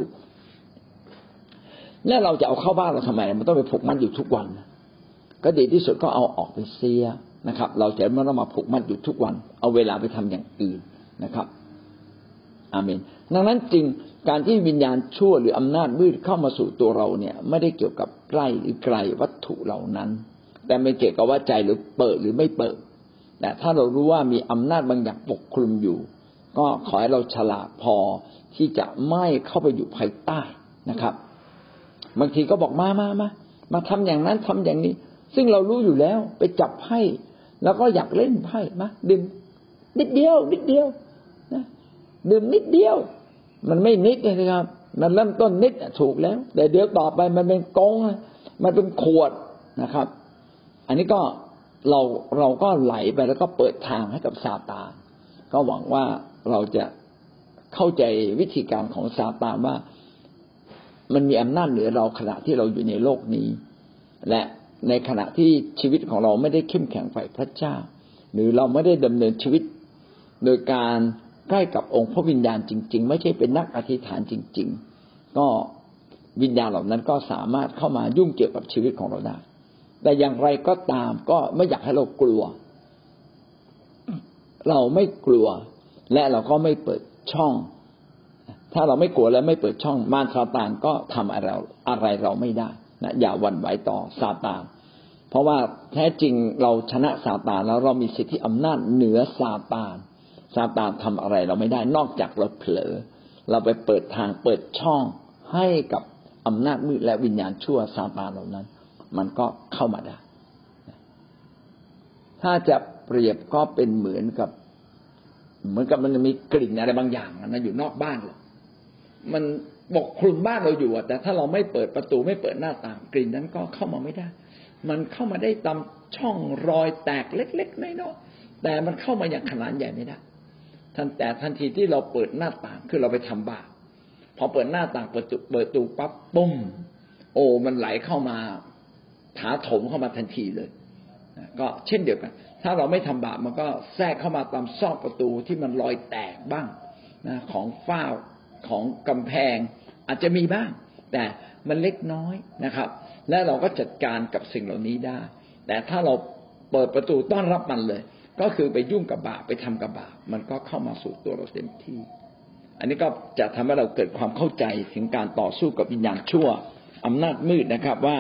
แล้วเราจะเอาเข้าบ้านเราทำไมมันต้องไปผูกมัดอยู่ทุกวันก็ดีที่สุดก็เอาออกไปเสียนะครับเราจะไม่ต้องมาผูกมัดอยู่ทุกวันเอาเวลาไปทำอย่างอื่นนะครับอาเมนดังนั้นจริงการที่วิญญาณชั่วหรืออำนาจมืดเข้ามาสู่ตัวเราเนี่ยไม่ได้เกี่ยวกับใกล้หรือไกลวัตถุเหล่านั้นแต่ไม่เกี่ยวกับว่าใจหรือเปิดหรือไม่เปิดแต่ถ้าเรารู้ว่ามีอำนาจบางอย่างปกคลุมอยู่ก็ขอให้เราฉลาดพอที่จะไม่เข้าไปอยู่ภายใต้นะครับบางทีก็บอกมามามามาทำอย่างนั้นทำอย่างนี้ซึ่งเรารู้อยู่แล้วไปจับไพ่แล้วก็อยากเล่นไพ่มาดื่มนิดเดียวนิดเดียวนะดื่มนิดเดียวมันไม่นิดนะครับมันเริ่มต้นนิดถูกแล้วแต่เดี๋ยวต่อไปมันเป็นกงมันเป็นขวดนะครับอันนี้ก็เราเราก็ไหลไปแล้วก็เปิดทางให้กับซาตานก็หวังว่าเราจะเข้าใจวิธีการของซาตานว่ามันมีอำนาจเหนือเราขณะที่เราอยู่ในโลกนี้และในขณะที่ชีวิตของเราไม่ได้เข้มแข็งฝ่ายพระเจ้าหรือเราไม่ได้ดำเนินชีวิตโดยการใกล้กับองค์พระวิญญาณจริงๆไม่ใช่เป็นนักอธิษฐานจริงๆก็วิญญาณเหล่านั้นก็สามารถเข้ามายุ่งเกี่ยวกับชีวิตของเราได้แต่อย่างไรก็ตามก็ไม่อยากให้เรากลัวเราไม่กลัวและเราก็ไม่เปิดช่องถ้าเราไม่กลัวและไม่เปิดช่องมารซาตานก็ทำอะไรอะไรเราไม่ได้นะอย่าหวั่นไหวต่อซาตานเพราะว่าแท้จริงเราชนะซาตานแล้วเรามีสิทธิอำนาจเหนือซาตานซาตานทำอะไรเราไม่ได้นอกจากเราเผลอเราไปเปิดทางเปิดช่องให้กับอำนาจมืดและวิญญาณชั่วซาตานเหล่านั้นมันก็เข้ามาได้ถ้าจะเปรียบก็เป็นเหมือนกับเหมือนกับมันมีกลิ่นอะไรบางอย่างนะอยู่นอกบ้านเรามันปกคลุมบ้านเราอยู่แต่ถ้าเราไม่เปิดประตูไม่เปิดหน้าต่างกลิ่นนั้นก็เข้ามาไม่ได้มันเข้ามาได้ตามช่องรอยแตกเล็กๆน้อยๆแต่มันเข้ามาอย่างขนาดใหญ่ไม่ได้ทันแต่ทันทีที่เราเปิดหน้าต่างคือเราไปทำบาปพอเปิดหน้าต่างเปิดเปิดประตูปั๊บปุ้มโอ้มันไหลเข้ามาถาโถมเข้ามาทันทีเลยก็เช่นเดียวกันถ้าเราไม่ทำบาปมันก็แทรกเข้ามาตามซอกประตูที่มันรอยแตกบ้างนะของฝ้าของกำแพงอาจจะมีบ้างแต่มันเล็กน้อยนะครับและเราก็จัดการกับสิ่งเหล่านี้ได้แต่ถ้าเราเปิดประตูต้อนรับมันเลยก็คือไปยุ่งกับบาปไปทำกับบาปมันก็เข้ามาสู่ตัวเราเต็มที่อันนี้ก็จะทำให้เราเกิดความเข้าใจถึงการต่อสู้กับวิญญาณชั่วอำนาจมืดนะครับว่า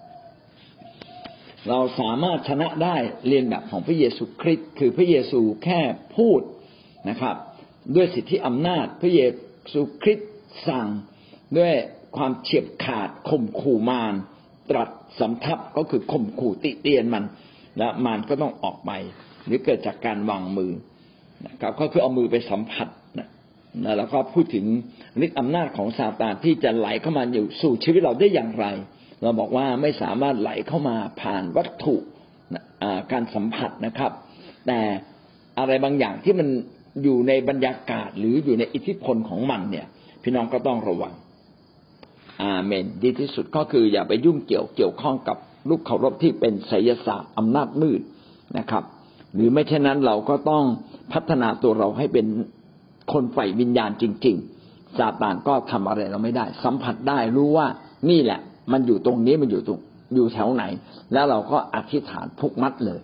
เราสามารถชนะได้เรียนแบบของพระเยซูคริสต์คือพระเยซูแค่พูดนะครับด้วยสิทธิอำนาจพระเยซูคริสต์สั่งด้วยความเฉียบขาดข่มขู่มารตรัสสำทับก็คือข่มขู่ติเตียนมันและมารก็ต้องออกไปหรือเกิดจากการวางมือนะครับก็คือเอามือไปสัมผัสนะแล้วก็พูดถึงฤทธิ์อำนาจของซาตานที่จะไหลเข้ามาอยู่สู่ชีวิตเราได้อย่างไรเราบอกว่าไม่สามารถไหลเข้ามาผ่านวัตถุการสัมผัสนะครับแต่อะไรบางอย่างที่มันอยู่ในบรรยากาศหรืออยู่ในอิทธิพลของมันเนี่ยพี่น้องก็ต้องระวังอาเมนดีที่สุดก็คืออย่าไปยุ่งเกี่ยวเกี่ยวข้องกับลูกเคารพที่เป็นไสยศาสตร์อำนาจมืดนะครับหรือไม่เช่นนั้นเราก็ต้องพัฒนาตัวเราให้เป็นคนใฝ่วิญญาณจริงๆซาตานก็ทำอะไรเราไม่ได้สัมผัสได้รู้ว่านี่แหละมันอยู่ตรงนี้มันอยู่ตรงอยู่แถวไหนแล้วเราก็อธิษฐานผูกมัดเลย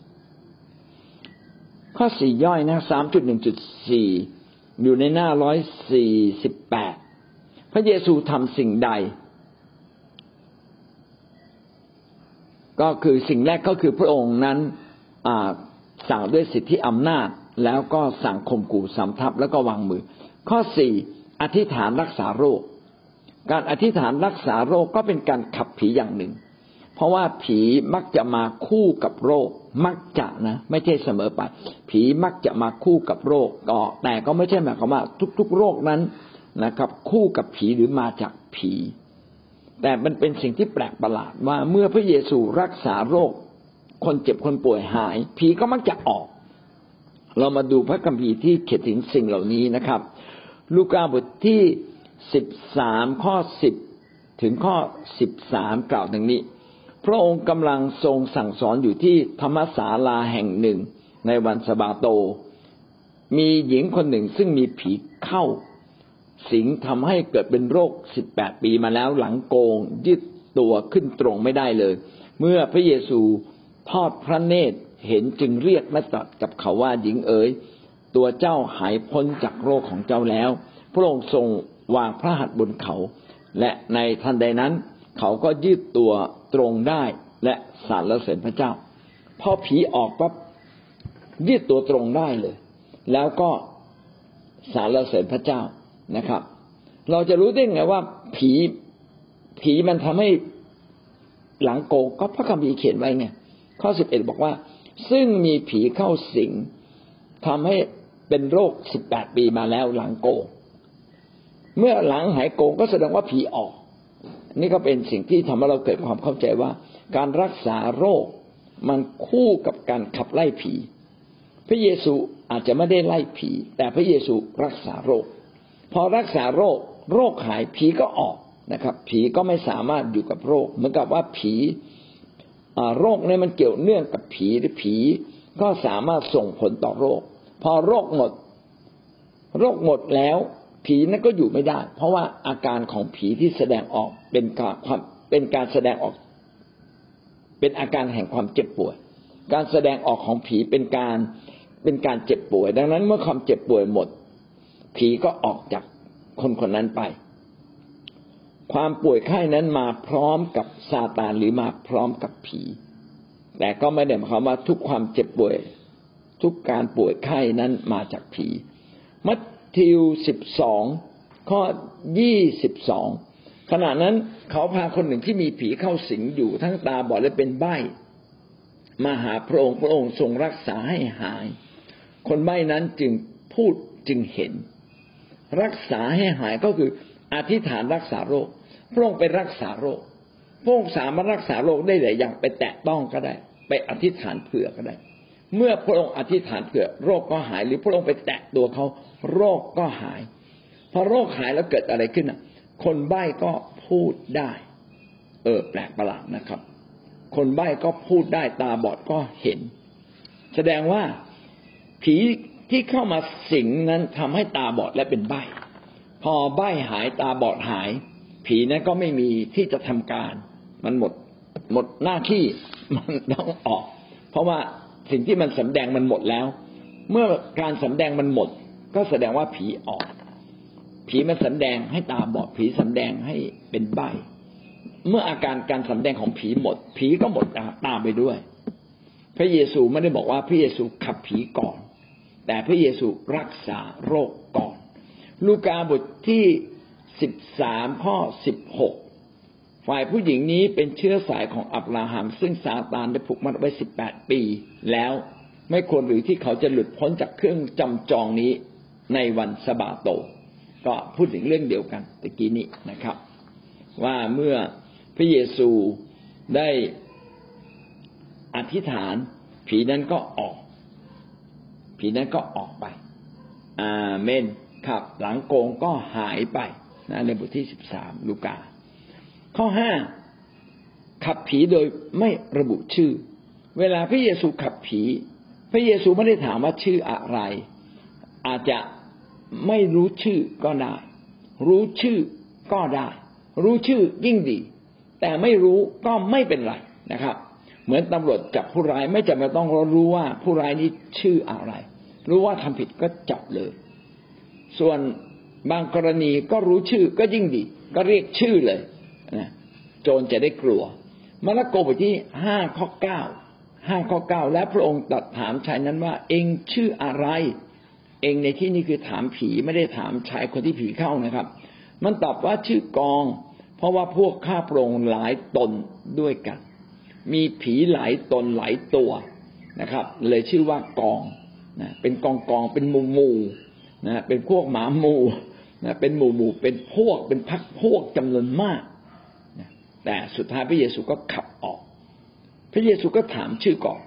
ข้อสี่ย่อยนะ สามจุดหนึ่งจุดสี่ อยู่ในหน้าหนึ่งร้อยสี่สิบแปดพระเยซูทำสิ่งใดก็คือสิ่งแรกก็คือพระองค์นั้นสั่งด้วยสิทธิอำนาจแล้วก็สั่งข่มขู่สำทับแล้วก็วางมือข้อสี่อธิษฐานรักษาโรคการอธิษฐานรักษาโรคก็เป็นการขับผีอย่างหนึ่งเพราะว่าผีมักจะมาคู่กับโรคมักจะนะไม่ใช่เสมอไปผีมักจะมาคู่กับโรคก็แต่ก็ไม่ใช่หมายความว่าทุกๆโรคนั้นนะครับคู่กับผีหรือมาจากผีแต่มันเป็นสิ่งที่แปลกประหลาดว่าเมื่อพระเยซูรักษาโรคคนเจ็บคนป่วยหายผีก็มักจะออกเรามาดูพระคัมภีร์ที่เขียนถึงสิ่งเหล่านี้นะครับลูกาบทที่สิบสามข้อสิบถึงข้อสิบสามกล่าวดังนี้พระองค์กำลังทรงสั่งสอนอยู่ที่ธรรมศาลาแห่งหนึ่งในวันสะบาโตมีหญิงคนหนึ่งซึ่งมีผีเข้าสิงทำให้เกิดเป็นโรคสิบแปดปีมาแล้วหลังโกงยืดตัวขึ้นตรงไม่ได้เลยเมื่อพระเยซูทอดพระเนตรเห็นจึงเรียกและตรัสกับเขาว่าหญิงเอ๋ยตัวเจ้าหายพ้นจากโรคของเจ้าแล้วพระองค์ทรงวางพระหัตถ์บนเขาและในทันใดนั้นเขาก็ยืดตัวตรงได้และสรรเสริญพระเจ้าพอผีออกปั๊บยืดตัวตรงได้เลยแล้วก็สรรเสริญพระเจ้านะครับเราจะรู้ได้ไงว่าผีผีมันทำให้หลังโกงก็พระคัมภีร์เขียนไว้ไงข้อสิบเอ็ดบอกว่าซึ่งมีผีเข้าสิงทำให้เป็นโรคสิบแปดปีมาแล้วหลังโกงเมื่อหลังหายโกงก็แสดงว่าผีออกนี่ก็เป็นสิ่งที่ทำให้เราเกิดความเข้าใจว่าการรักษาโรคมันคู่กับการขับไล่ผีพระเยซูอาจจะไม่ได้ไล่ผีแต่พระเยซูรักษาโรคพอรักษาโรคโรคหายผีก็ออกนะครับผีก็ไม่สามารถอยู่กับโรคเหมือนกับว่าผีโรคเนี่ยมันเกี่ยวเนื่องกับผีหรือผีก็สามารถส่งผลต่อโรคพอโรคหมดโรคหมดแล้วผีนั้นก็อยู่ไม่ได้เพราะว่าอาการของผีที่แสดงออกเป็นการความเป็นการแสดงออกเป็นอาการแห่งความเจ็บป่วยการแสดงออกของผีเป็นการเป็นการเจ็บป่วยดังนั้นเมื่อความเจ็บป่วยหมดผีก็ออกจากคนคนนั้นไปความป่วยไข้นั้นมาพร้อมกับซาตานหรือมาพร้อมกับผีแต่ก็ไม่ได้หมายความว่าทุกความเจ็บป่วยทุกการป่วยไข้นั้นมาจากผีมัทธิวสิบสองข้อยี่สิบสองขณะนั้นเขาพาคนหนึ่งที่มีผีเข้าสิงอยู่ทั้งตาบอดและเป็นใบ้มาหาพระองค์พระองค์ทรงรักษาให้หายคนใบ้นั้นจึงพูดจึงเห็นรักษาให้หายก็คืออธิษฐานรักษาโรคพระองค์ไปรักษาโรคพระองค์สามารถรักษาโรคได้หลายอย่างไปแตะต้องก็ได้ไปอธิษฐานเผื่อก็ได้เมื่อพระองค์อธิษฐานเผื่อโรคก็หายหรือพระองค์ไปแตะตัวเขาโรคก็หายพอโรคหายแล้วเกิดอะไรขึ้นอ่ะคนใบ้ก็พูดได้เออแปลกประหลาดนะครับคนใบ้ก็พูดได้ตาบอดก็เห็นแสดงว่าผีที่เข้ามาสิงนั้นทำให้ตาบอดและเป็นใบ้พอใบ้หายตาบอดหายผีนั้นก็ไม่มีที่จะทำการมันหมดหมดหน้าที่มันต้องออกเพราะว่าสิ่งที่มันสำแดงมันหมดแล้วเมื่อการสำแดงมันหมดก็แสดงว่าผีออกผีมันสำแดงให้ตาบอดผีสำแดงให้เป็นใบ้เมื่ออาการการสำแดงของผีหมดผีก็หมดตามไปด้วยพระเยซูไม่ได้บอกว่าพระเยซูขับผีก่อนแต่พระเยซูรักษาโรคก่อนลูกาบทที่สิบสามข้อสิบหกฝ่ายผู้หญิงนี้เป็นเชื้อสายของอับราฮัมซึ่งซาตานได้ผูกมัดไว้สิบแปดปีแล้วไม่ควรหรือที่เขาจะหลุดพ้นจากเครื่องจำจองนี้ในวันสะบาโตก็พูดถึงเรื่องเดียวกันตะกี้นี้นะครับว่าเมื่อพระเยซูได้อธิษฐานผีนั้นก็ออกผีนั้นก็ออกไปอาเมนครับหลังโกงก็หายไปนะในบทที่สิบสามลูกาข้อห้าขับผีโดยไม่ระบุชื่อเวลาพระเยซูขับผีพระเยซูไม่ได้ถามว่าชื่ออะไรอาจจะไม่รู้ชื่อก็ได้รู้ชื่อก็ได้รู้ชื่อยิ่งดีแต่ไม่รู้ก็ไม่เป็นไรนะครับเหมือนตำรวจจับผู้ร้ายไม่จำเป็นต้องรู้ว่าผู้ร้ายนี้ชื่ออะไรรู้ว่าทำผิดก็จับเลยส่วนบางกรณีก็รู้ชื่อก็ยิ่งดีก็เรียกชื่อเลยนะโจรจะได้กลัวมาระโกบทที่ห้าข้อเก้าห้าข้อเก้าและพระองค์ตรัสถามชายนั้นว่าเองชื่ออะไรเองในที่นี้คือถามผีไม่ได้ถามชายคนที่ผีเข้านะครับมันตอบว่าชื่อกองเพราะว่าพวกข้าพระองค์หลายตนด้วยกันมีผีหลายตนหลายตัวนะครับเลยชื่อว่ากองนะเป็นกองกองเป็นหมู่หมู่นะเป็นพวกหมาหมู่นะเป็นหมู่หมู่เป็นพวกเป็นพรรคพวกจำนวนมากนะแต่สุดท้ายพระเยซูก็ขับออกพระเยซูก็ถามชื่อก่อน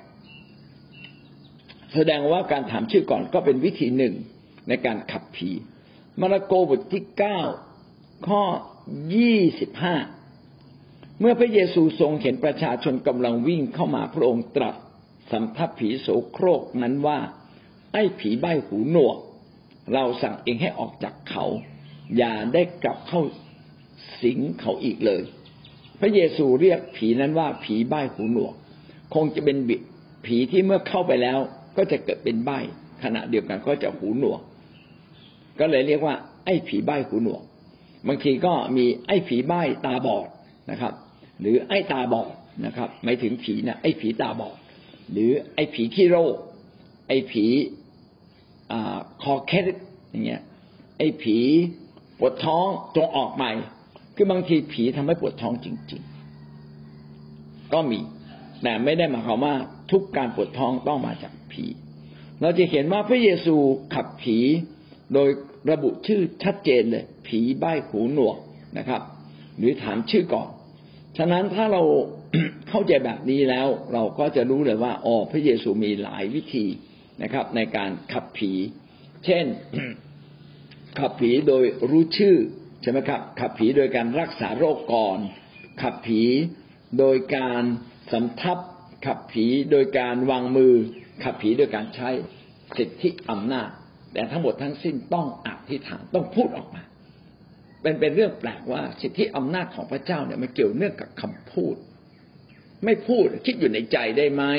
แสดงว่าการถามชื่อก่อนก็เป็นวิธีหนึ่งในการขับผีมาระโกบทที่เก้าข้อยี่สิบห้าเมื่อพระเยซูทรงเห็นประชาชนกำลังวิ่งเข้ามาพระองค์ตรัสสำทับผีโสโครกนั้นว่าไอ้ผีใบ้หูหนวกเราสั่งเองให้ออกจากเขาอย่าได้กลับเข้าสิงเขาอีกเลยพระเยซูเรียกผีนั้นว่าผีใบ้หูหนวกคงจะเป็นผีที่เมื่อเข้าไปแล้วก็จะเกิดเป็นใบ้ขณะเดียวกันก็จะหูหนวกก็เลยเรียกว่าไอ้ผีใบ้หูหนวกบางทีก็มีไอ้ผีใบ้ตาบอดนะครับหรือไอ้ตาบอดนะครับหมายถึงผีนะไอ้ผีตาบอดหรือไอ้ผีขี้โรคไอ้ผีอ่าคอเคล็ดอย่างเงี้ยไอ้ผีปวดท้องจงออกใหม่คือบางทีผีทำให้ปวดท้องจริงๆก็มีแต่ไม่ได้หมายความว่าทุกการปวดท้องต้องมาจากผีเราจะเห็นว่าพระเยซูขับผีโดยระบุชื่อชัดเจนเลยผีใบ้หูหนวกนะครับหรือถามชื่อก่อนฉะนั้นถ้าเรา เข้าใจแบบนี้แล้วเราก็จะรู้เลยว่าอ๋อพระเยซูมีหลายวิธีนะครับในการขับผีเช่น ขับผีโดยรู้ชื่อใช่ไหมครับขับผีโดยการรักษาโรคก่อนขับผีโดยการสำทับขับผีโดยการวางมือขับผีโดยการใช้สิทธิอำนาจแต่ทั้งหมดทั้งสิ้นต้องอธิษฐานต้องพูดออกมาเป็นเป็นเรื่องแปลกว่าสิทธิอำนาจของพระเจ้าเนี่ยมันเกี่ยวเนื่องกับคำพูดไม่พูดคิดอยู่ในใจได้ไหม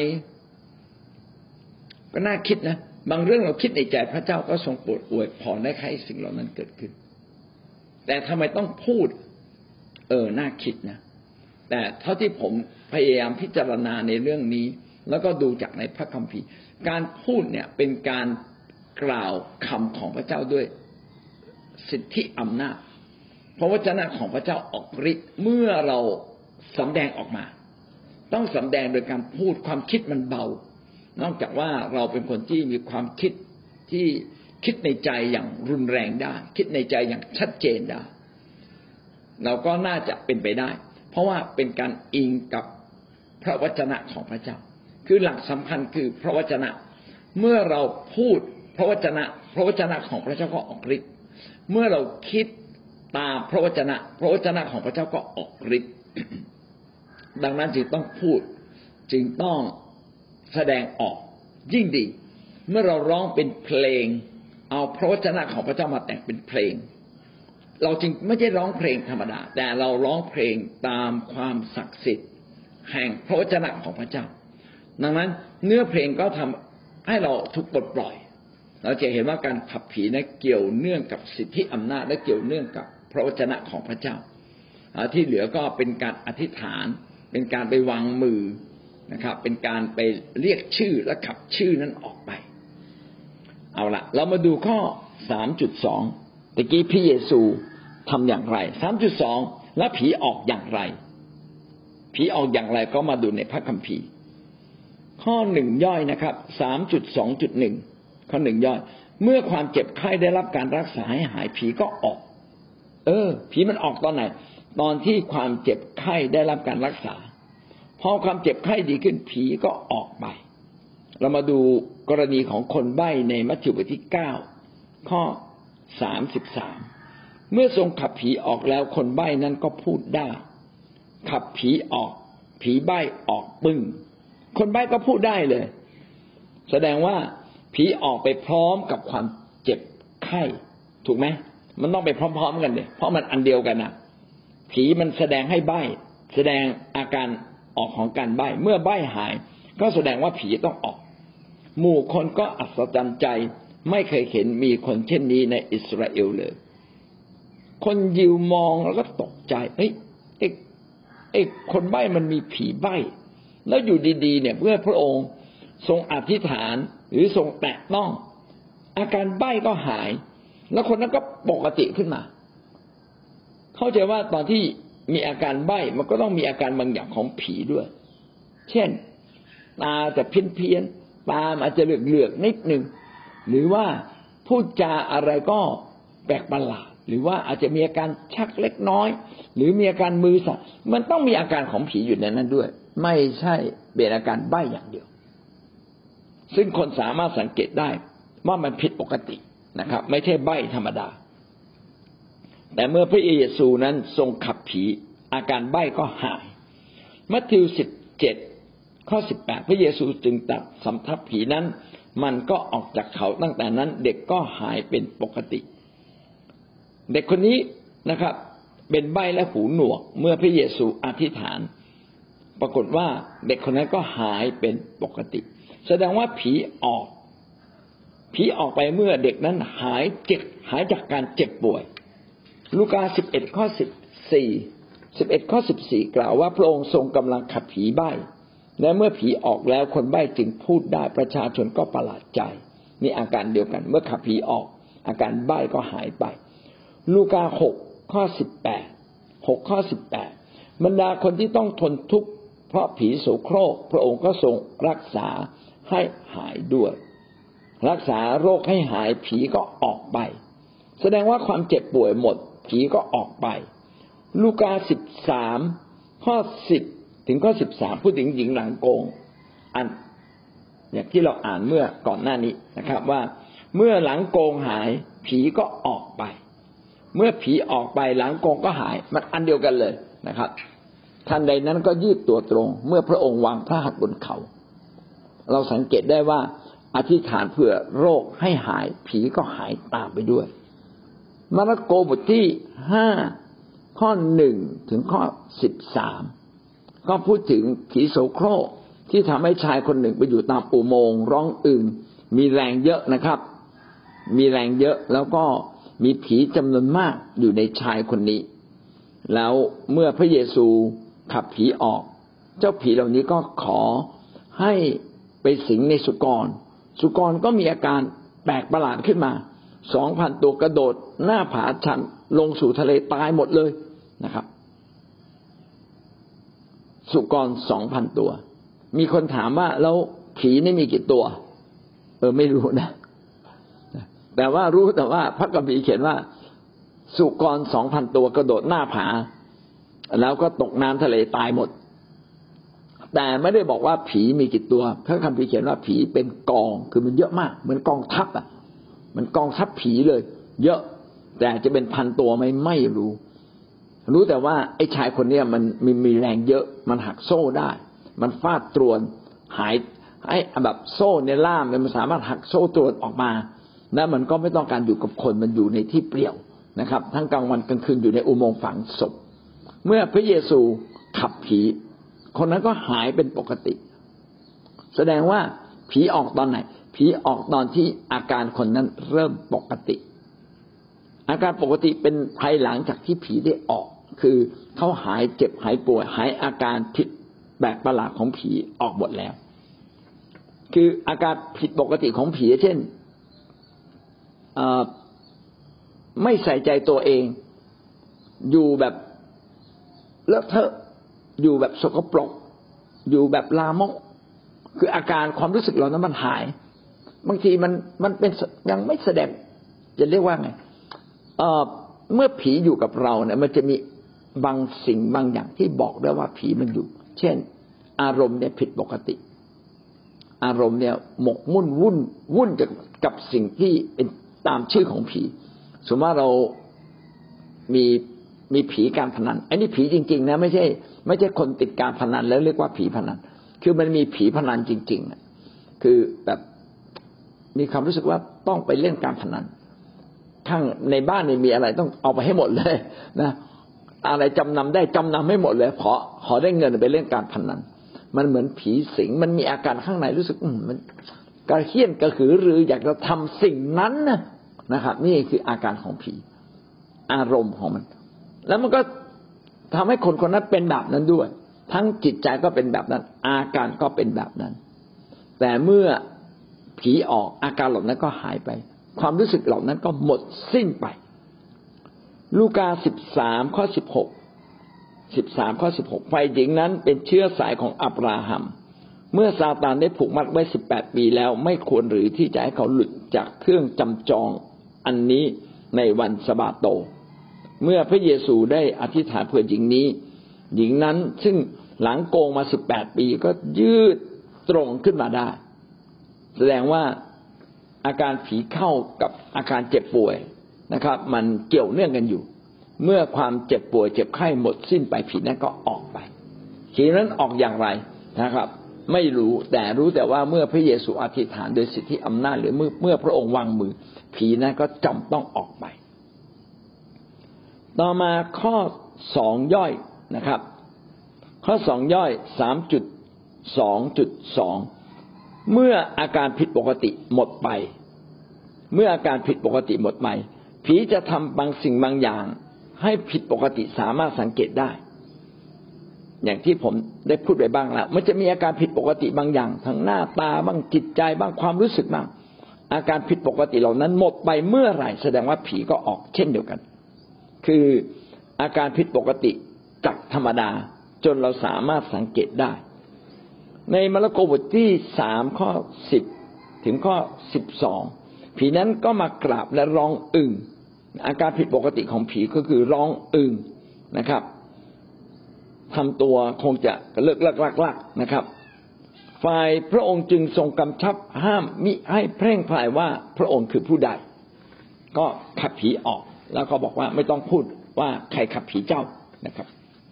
ก็น่าคิดนะบางเรื่องเราคิดในใจพระเจ้าก็ทรงโปรดอวยพรได้ให้สิ่งเหล่านั้นเกิดขึ้นแต่ทำไมต้องพูดเออน่าคิดนะแต่เท่าที่ผมพยายามพิจารณาในเรื่องนี้แล้วก็ดูจากในพระคัมภีร์การพูดเนี่ยเป็นการกล่าวคำของพระเจ้าด้วยสิทธิอำนาจเพราะวจนะของพระเจ้าออกฤทธิ์เมื่อเราสำแดงออกมาต้องสำแดงโดยการพูดความคิดมันเบานอกจากว่าเราเป็นคนที่มีความคิดที่คิดในใจอย่างรุนแรงได้คิดในใจอย่างชัดเจนได้เราก็น่าจะเป็นไปได้เพราะว่าเป็นการอิงกับพระวจนะของพระเจ้าคือหลักสำคัญคือพระวจนะเมื่อเราพูดพระวจนะพระวจนะของพระเจ้าก็ออกฤทธิ์เมื่อเราคิดตามพระวจนะพระวจนะของพระเจ้าก็ออกฤทธิ์ ดังนั้นจึงต้องพูดจึงต้องแสดงออกยิ่งดีเมื่อเราร้องเป็นเพลงเอาพระวจนะของพระเจ้ามาแต่งเป็นเพลงเราจึงไม่ใช่ร้องเพลงธรรมดาแต่เราร้องเพลงตามความศักดิ์สิทธิ์แห่งพระวจนะของพระเจ้าดังนั้นเนื้อเพลงก็ทำให้เราถูกปลดปล่อยเราจะเห็นว่าการขับผีนั้นเกี่ยวเนื่องกับสิทธิอำนาจและเกี่ยวเนื่องกับพระวจนะของพระเจ้าที่เหลือก็เป็นการอธิษฐานเป็นการไปวางมือนะครับเป็นการไปเรียกชื่อและขับชื่อนั้นออกไปเอาละเรามาดูข้อ สามจุดสอง ตะกี้พระเยซูทำอย่างไร สามจุดสอง และผีออกอย่างไรผีออกอย่างไรก็มาดูในพระคัมภีร์ข้อหนึ่งย่อยนะครับ สามจุดสองจุดหนึ่ง ข้อหนึ่งย่อยเมื่อความเจ็บไข้ได้รับการรักษาให้หายผีก็ออกเออผีมันออกตอนไหนตอนที่ความเจ็บไข้ได้รับการรักษาพอความเจ็บไข้ดีขึ้นผีก็ออกไปเรามาดูกรณีของคนใบ้ในมัทธิวบทที่เก้าข้อสามสิบสามเมื่อทรงขับผีออกแล้วคนใบ้นั้นก็พูดได้ขับผีออกผีใบ้ออกปึ้งคนใบ้ก็พูดได้เลยแสดงว่าผีออกไปพร้อมกับความเจ็บไข้ถูกไหมมันต้องไปพร้อมๆกันเลยเพราะมันอันเดียวกันนะผีมันแสดงให้ใบ้แสดงอาการออกของการใบ้เมื่อใบ้หายก็แสดงว่าผีต้องออกหมู่คนก็อัศจรรย์ใจไม่เคยเห็นมีคนเช่นนี้ในอิสราเอลเลยคนยิวมองแล้วก็ตกใจเอ้ยไอ้ไอ้คนใบ้มันมีผีใบ้แล้วอยู่ดีๆเนี่ยเมื่อพระองค์ทรงอธิษฐานหรือทรงแตะต้องอาการใบ้ก็หายแล้วคนนั้นก็ปกติขึ้นมาเข้าใจว่าตอนที่มีอาการใบ้มันก็ต้องมีอาการบางอย่างของผีด้วยเช่นตาจะเพี้ยนๆตาอาจจะเหลือกๆนิดนึงหรือว่าพูดจาอะไรก็แปลกประหลาดหรือว่าอาจจะมีอาการชักเล็กน้อยหรือมีอาการมือสั่นมันต้องมีอาการของผีอยู่ในนั้นด้วยไม่ใช่เป็นอาการใบ้อย่างเดียวซึ่งคนสามารถสังเกตได้ว่ามันผิดปกตินะครับไม่ใช่ใบ้ธรรมดาแต่เมื่อพระเยซูนั้นทรงขับผีอาการใบ้ก็หายมัทธิวสิบเจ็ดข้อสิบแปดพระเยซูจึงตัดสำทับผีนั้นมันก็ออกจากเขาตั้งแต่นั้นเด็กก็หายเป็นปกติเด็กคนนี้นะครับเป็นใบ้และหูหนวกเมื่อพระเยซูอธิษฐานปรากฏว่าเด็กคนนั้นก็หายเป็นปกติแสดงว่าผีออกผีออกไปเมื่อเด็กนั้นหายเจ็บหายจากการเจ็บป่วยลูกาสิบเอ็ดข้อสิบสี่ สิบเอ็ดข้อสิบสี่กล่าวว่าพระองค์ทรงกำลังขับผีใบ้และเมื่อผีออกแล้วคนใบ้จึงพูดได้ประชาชนก็ประหลาดใจนี่อาการเดียวกันเมื่อขับผีออกอาการใบ้ก็หายไปลูกาหกข้อสิบแปด หกข้อสิบแปดบรรดาคนที่ต้องทนทุกข์เพราะผีโสโครกพระองค์ก็ทรงรักษาให้หายด้วยรักษาโรคให้หายผีก็ออกไปแสดงว่าความเจ็บป่วยหมดผีก็ออกไปลูกาสิบสามข้อสิบถึงข้อสิบสามพูดถึงหญิงหลังโกงอันอย่างที่เราอ่านเมื่อก่อนหน้านี้นะครับว่าเมื่อหลังโกงหายผีก็ออกไปเมื่อผีออกไปหลังโกงก็หายมันอันเดียวกันเลยนะครับทันใดนั้นก็ยืดตัวตรงเมื่อพระองค์วางพระหัตถ์บนเขาเราสังเกตได้ว่าอธิษฐานเพื่อโรคให้หายผีก็หายตามไปด้วยมาระโกบทที่ห้าข้อหนึ่งถึงข้อสิบสามก็พูดถึงผีโสโครกที่ทำให้ชายคนหนึ่งไปอยู่ตามอุโมงค์ร้องอื่นมีแรงเยอะนะครับมีแรงเยอะแล้วก็มีผีจำนวนมากอยู่ในชายคนนี้แล้วเมื่อพระเยซูขับผีออกเจ้าผีเหล่านี้ก็ขอให้ไปสิงในสุกรสุกรก็มีอาการแปลกประหลาดขึ้นมาสองพันตัวกระโดดหน้าผาชันลงสู่ทะเลตายหมดเลยนะครับสุกรสองพันตัวมีคนถามว่าแล้วผีนี่มีกี่ตัวเออไม่รู้นะแต่ว่ารู้แต่ว่าพระคัมภีร์เขียนว่าสุกรสองพันตัวกระโดดหน้าผาแล้วก็ตกน้ำทะเลตายหมดแต่ไม่ได้บอกว่าผีมีกี่ตัวพระคัมภีร์เขียนว่าผีเป็นกองคือมันเยอะมากเหมือนกองทัพอ่ะมันกองทัพผีเลยเยอะแต่จะเป็นพันตัวไหมไม่รู้รู้แต่ว่าไอ้ชายคนนี้มันมีมีแรงเยอะมันหักโซ่ได้มันฟาดตรวนหายไอ้แบบโซ่ในล่ามมันสามารถหักโซ่ตรวนออกมาแล้วมันก็ไม่ต้องการอยู่กับคนมันอยู่ในที่เปลี่ยวนะครับทั้งกลางวันกลางคืนอยู่ในอุโมงค์ฝังศพเมื่อพระเยซูขับผีคนนั้นก็หายเป็นปกติแสดงว่าผีออกตอนไหนผีออกตอนที่อาการคนนั้นเริ่มปกติอาการปกติเป็นภายหลังจากที่ผีได้ออกคือเขาหายเจ็บหายป่วยหายอาการผิดแปลกประหลาดของผีออกหมดแล้วคืออาการผิดปกติของผีเช่นไม่ใส่ใจตัวเองอยู่แบบเลอะเทอะอยู่แบบสกปรกอยู่แบบลามกคืออาการความรู้สึกเหล่านั้นมันหายบางทีมันมันเป็นยังไม่แสดงจะเรียกว่าไงเอ่อเมื่อผีอยู่กับเราเนี่ยมันจะมีบางสิ่งบางอย่างที่บอกได้ว่าผีมันอยู่เช่นอารมณ์เนี่ยผิดปกติอารมณ์เนี่ยหมกมุ่นวุ่นวุ่นกับกับสิ่งที่เป็นตามชื่อของผีสมมติว่าเรามีมีผีการพนันอันนี้ผีจริงๆนะไม่ใช่ไม่ใช่คนติดการพนันแล้วเรียกว่าผีพนันคือมันมีผีพนันจริงๆคือแบบมีความรู้สึกว่าต้องไปเล่นการพนันข้างในบ้านนี่มีอะไรต้องเอาไปให้หมดเลยนะอะไรจำนำได้จำนำให้หมดเลยขอขอได้เงินไปเล่นการพนันมันเหมือนผีสิงมันมีอาการข้างในรู้สึกอืมมันกระเฮี้ยนกระหือรืออยากจะทำสิ่งนั้นนะนะครับนี่คืออาการของผีอารมณ์ของมันแล้วมันก็ทำให้คนคนนั้นเป็นแบบนั้นด้วยทั้งจิตใจก็เป็นแบบนั้นอาการก็เป็นแบบนั้นแต่เมื่อผีออกอาการเหล่านั้นก็หายไปความรู้สึกเหล่านั้นก็หมดสิ้นไปลูกาสิบสามข้อสิบหกสิบสามข้อสิบหกฝ่ายหญิงนั้นเป็นเชื้อสายของอับราฮัมเมื่อซาตานได้ผูกมัดไว้สิบแปดปีแล้วไม่ควรหรือที่จะให้เขาหลุดจากเครื่องจำจองอันนี้ในวันสะบาโตเมื่อพระเยซูได้อธิษฐานเพื่อหญิงนี้หญิงนั้นซึ่งหลังโกงมาสิบแปดปีก็ยืดตรงขึ้นมาได้แสดงว่าอาการผีเข้ากับอาการเจ็บป่วยนะครับมันเกี่ยวเนื่องกันอยู่เมื่อความเจ็บป่วยเจ็บไข้หมดสิ้นไปผีนั้นก็ออกไปผีนั้นออกอย่างไรนะครับไม่รู้แต่รู้แต่ว่าเมื่อพระเยซูอธิษฐานโดยสิทธิอำนาจหรือเมื่อเมื่อพระองค์วางมือผีนั้นก็จำต้องออกไปต่อมาข้อสองย่อยนะครับข้อสองย่อย สามจุดสองจุดสอง เมื่ออาการผิดปกติหมดไปเมื่ออาการผิดปกติหมดไปผีจะทำบางสิ่งบางอย่างให้ผิดปกติสามารถสังเกตได้อย่างที่ผมได้พูดไปบ้างแล้วมันจะมีอาการผิดปกติบางอย่างทั้งหน้าตาบ้างจิตใจบ้างความรู้สึกบ้างอาการผิดปกติเหล่านั้นหมดไปเมื่อไหร่แสดงว่าผีก็ออกเช่นเดียวกันคืออาการผิดปกติจากธรรมดาจนเราสามารถสังเกตได้ในมาระโกบทที่สามข้อสิบถึงข้อสิบสองผีนั้นก็มากราบและร้องอึ่งอาการผิดปกติของผีก็คือร้องอึ่งนะครับทำตัวคงจะเลิกลักลักลักนะครับฝ่ายพระองค์จึงทรงกำชับห้ามมิให้เพ่งพลายว่าพระองค์คือผู้ใดก็ขับผีออกแล้วก็บอกว่าไม่ต้องพูดว่าใครขับผีเจ้านะครับ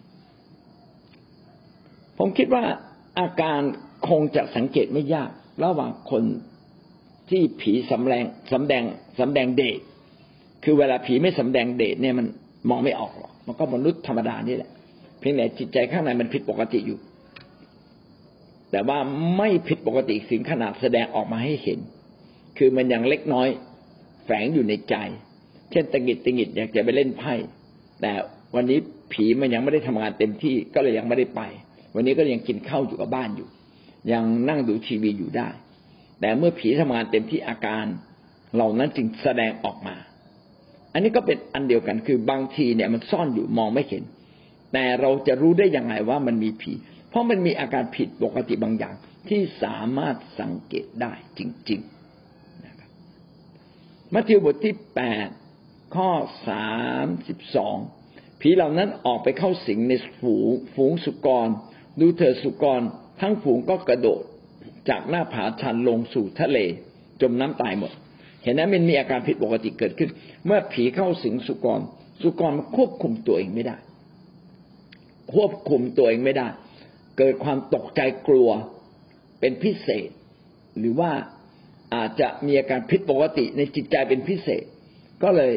ผมคิดว่าอาการคงจะสังเกตไม่ยากระหว่างคนที่ผีสำแดงสำแดงสำแดงเดชคือเวลาผีไม่สำแดงเดชเนี่ยมันมองไม่ออกหรอกมันก็มนุษย์ธรรมดานี่แหละเพียงแต่จิตใจข้างในมันผิดปกติอยู่แต่ว่าไม่ผิดปกติถึงขนาดแสดงออกมาให้เห็นคือมันยังเล็กน้อยแฝงอยู่ในใจเช่นตะกิดตะกิดอยากจะไปเล่นไพ่แต่วันนี้ผีมันยังไม่ได้ทำงานเต็มที่ก็เลยยังไม่ได้ไปวันนี้ก็ยังกินข้าวอยู่กับบ้านอยู่ยังนั่งดูทีวีอยู่ได้แต่เมื่อผีทำงานเต็มที่อาการเหล่านั้นจึงแสดงออกมาอันนี้ก็เป็นอันเดียวกันคือบางทีเนี่ยมันซ่อนอยู่มองไม่เห็นแต่เราจะรู้ได้ยังไงว่ามันมีผีเพราะมันมีอาการผิดปกติบางอย่างที่สามารถสังเกตได้จริงๆนะครับมัทธิวบทที่แปดข้อสามสิบสองผีเหล่านั้นออกไปเข้าสิงในฝูงฝูงสุกรดูเถิดสุกรทั้งฝูงก็กระโดดจากหน้าผาชันลงสู่ทะเลจมน้ำตายหมดเห็นไหมมันมีอาการผิดปกติเกิดขึ้นเมื่อผีเข้าสิงสุกรสุกรมันควบคุมตัวเองไม่ได้ควบคุมตัวเองไม่ได้เกิดความตกใจกลัวเป็นพิเศษหรือว่าอาจจะมีอาการผิดปกติในจิตใจเป็นพิเศษก็เลย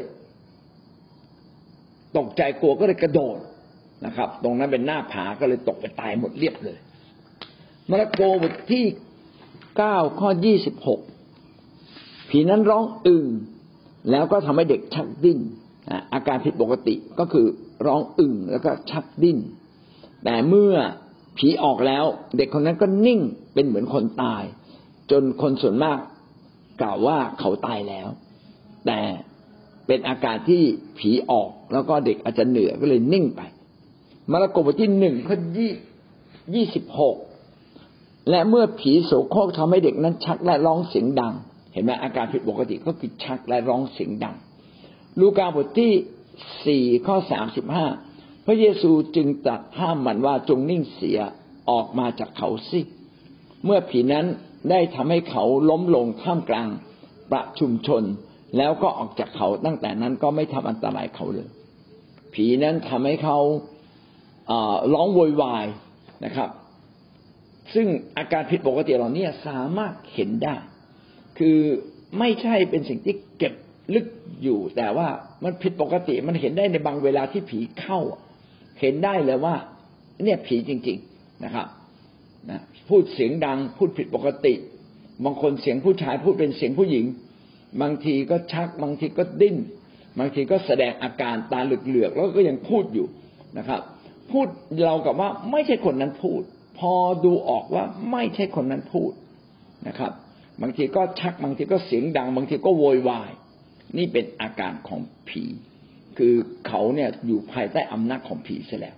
ตกใจกลัวก็เลยกระโดดนะครับตรงนั้นเป็นหน้าผาก็เลยตกไปตายหมดเรียบเลยมาระโกบทที่เก้าข้อยี่สิบหกผีนั้นร้องอึ่งแล้วก็ทำให้เด็กชักดิ้นอาการผิดปกติก็คือร้องอึ่งแล้วก็ชักดิ้นแต่เมื่อผีออกแล้วเด็กคนนั้นก็นิ่งเป็นเหมือนคนตายจนคนส่วนมากกล่าวว่าเขาตายแล้วแต่เป็นอาการที่ผีออกแล้วก็เด็กอาจจะเหนื่อยก็เลยนิ่งไปมาระโกบทที่หนึ่งข้อยี่สิบหกและเมื่อผีโสโครกทำให้เด็กนั้นชักและร้องเสียงดังเห็นไหมอาการผิดปกติก็คือชักและร้องเสียงดังลูกาบทที่สี่ข้อสามสิบห้าพระเยซูจึงตรัสห้ามมันว่าจงนิ่งเสียออกมาจากเขาสิเมื่อผีนั้นได้ทำให้เขาล้มลงท่ามกลางประชุมชนแล้วก็ออกจากเขาตั้งแต่นั้นก็ไม่ทำอันตรายเขาเลยผีนั้นทำให้เขาร้องโวยวายนะครับซึ่งอาการผิดปกติเหล่านี้สามารถเห็นได้คือไม่ใช่เป็นสิ่งที่เก็บลึกอยู่แต่ว่ามันผิดปกติมันเห็นได้ในบางเวลาที่ผีเข้าเห็นได้เลยว่าเนี่ยผีจริงๆนะครับนะพูดเสียงดังพูดผิดปกติบางคนเสียงผู้ชายพูดเป็นเสียงผู้หญิงบางทีก็ชักบางทีก็ดิ้นบางทีก็แสดงอาการตาเหลือกๆแล้วก็ยังพูดอยู่นะครับพูดเรากับว่าไม่ใช่คนนั้นพูดพอดูออกว่าไม่ใช่คนนั้นพูดนะครับบางทีก็ชักบางทีก็เสียงดังบางทีก็โวยวายนี่เป็นอาการของผีคือเขาเนี่ยอยู่ภายใต้อำนาจของผีเสียแล้ว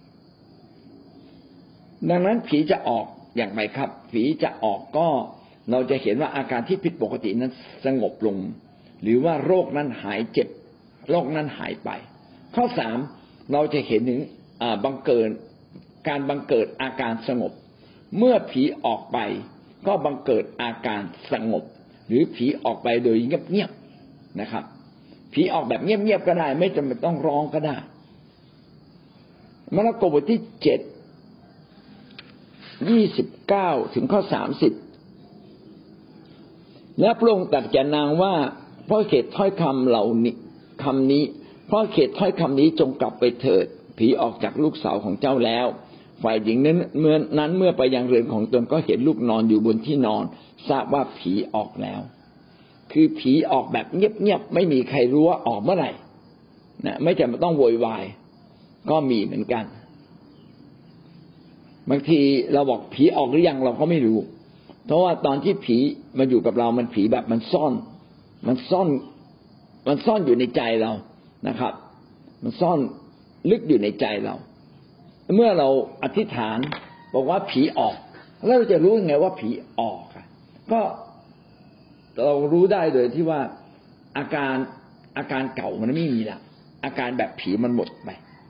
ดังนั้นผีจะออกอย่างไรครับผีจะออกก็เราจะเห็นว่าอาการที่ผิดปกตินั้นสงบลงหรือว่าโรคนั้นหายเจ็บโรคนั้นหายไปข้อสามเราจะเห็นถึงบังเกิดการบังเกิดอาการสงบเมื่อผีออกไปก็บังเกิดอาการสงบหรือผีออกไปโดยเงียบๆนะครับผีออกแบบเงียบๆก็ได้ไม่จำเป็นต้องร้องก็ได้มาระโกบทที่เจ็ดยี่สิบเก้าถึงข้อสามสิบและพระองค์ตรัสแก่นางว่าเพราะเขตถ้อยคำเหล่านี้คำนี้เพราะเขตถ้อยคำนี้จงกลับไปเถิดผีออกจากลูกสาวของเจ้าแล้วฝ่ายหญิงนั้นเมื่อนั้นเมื่อไปยังเรือนของตนก็เห็นลูกนอนอยู่บนที่นอนทราบว่าผีออกแล้วคือผีออกแบบเงียบๆไม่มีใครรู้ว่าออกเมื่อไหร่นะไม่จำเป็นต้องโวยวายก็มีเหมือนกันบางทีเราบอกผีออกหรือยังเราก็ไม่รู้เพราะว่าตอนที่ผีมาอยู่กับเรามันผีแบบมันซ่อนมันซ่อนมันซ่อนอยู่ในใจเรานะครับมันซ่อนลึกอยู่ในใจเราเมื่อเราอธิษฐานบอกว่าผีออกแล้วเราจะรู้ยังไงว่าผีออกก็เรารู้ได้โดยที่ว่าอาการอาการเก่ามันไม่มีละอาการแบบผีมันหมดไป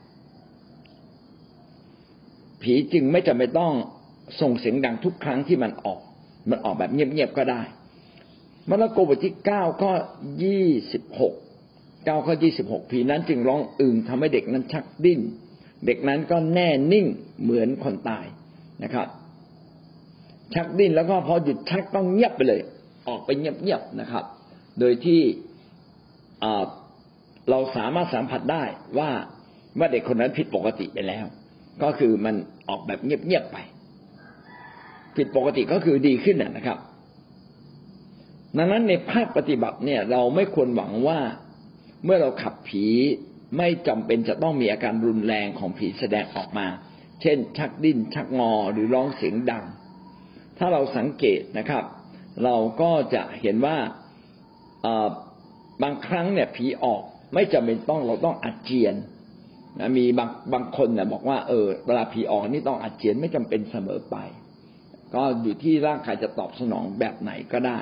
ผีจึงไม่จำเป็นต้องส่งเสียงดังทุกครั้งที่มันออกมันออกแบบเงียบๆก็ได้มาระโกบทที่เก้าข้อยี่สิบหกเก้าข้อยี่สิบหกผีนั้นจึงร้องอึงทำให้เด็กนั้นชักดิ้นเด็กนั้นก็แน่นิ่งเหมือนคนตายนะครับชักดิ้นแล้วก็พอหยุดชักต้องเงียบไปเลยออกไปเงียบๆนะครับโดยที่เราสามารถสัมผัสได้ว่าว่าเด็กคนนั้นผิดปกติไปแล้วก็คือมันออกแบบเงียบๆไปผิดปกติก็คือดีขึ้นนะครับดังนั้นในภาคปฏิบัติเนี่ยเราไม่ควรหวังว่าเมื่อเราขับผีไม่จำเป็นจะต้องมีอาการรุนแรงของผีแสดงออกมาเช่นชักดิ้นชักงอหรือร้องเสียงดังถ้าเราสังเกตนะครับเราก็จะเห็นว่าบางครั้งเนี่ยผีออกไม่จำเป็นต้องเราต้องอาเจียนนะมีบางบางคนเนี่ยบอกว่าเออเวลาผีออกนี่ต้องอาเจียนไม่จำเป็นเสมอไปก็อยู่ที่ร่างกายจะตอบสนองแบบไหนก็ได้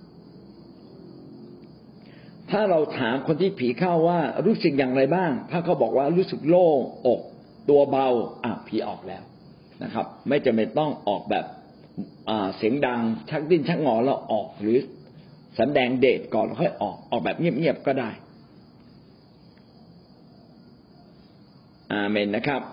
ถ้าเราถามคนที่ผีเข้าว่ารู้สึกอย่างไรบ้างถ้าเขาบอกว่ารู้สึกโล่งอกตัวเบาอ่ะผีออกแล้วนะครับไม่จำเป็นต้องออกแบบเสียงดังชักดิ้นชักงอแล้วออกหรือแสดงเดชก่อนแล้วค่อยออกออกแบบเงียบๆก็ได้อาเมนนะครับ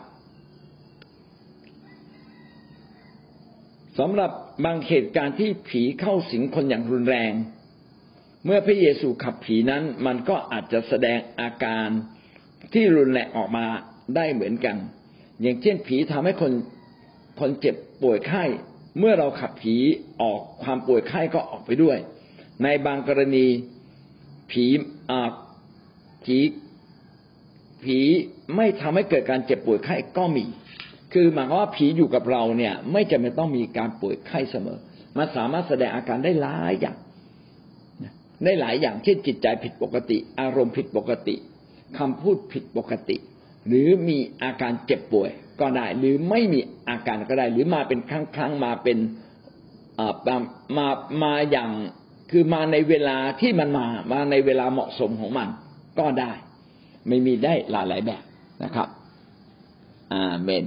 สำหรับบางเหตุการณ์ที่ผีเข้าสิงคนอย่างรุนแรงเมื่อพระเยซูขับผีนั้นมันก็อาจจะแสดงอาการที่รุนแรงออกมาได้เหมือนกันอย่างเช่นผีทำให้คนคนเจ็บป่วยไข้เมื่อเราขับผีออกความป่วยไข้ก็ออกไปด้วยในบางกรณีผีอ่าผีผีไม่ทำให้เกิดการเจ็บป่วยไข้ก็มีคือหมายความว่าผีอยู่กับเราเนี่ยไม่จำเป็นต้องมีการป่วยไข้เสมอมันสามารถแสดงอาการได้หลายอย่างได้หลายอย่างเช่นจิตใจผิดปกติอารมณ์ผิดปกติคำพูดผิดปกติหรือมีอาการเจ็บป่วยก็ได้หรือไม่มีอาการก็ได้หรือมาเป็นครั้งๆมาเป็นมามาอย่างคือมาในเวลาที่มันมามาในเวลาเหมาะสมของมันก็ได้ไม่มีได้หลายหลายแบบนะครับอาเมน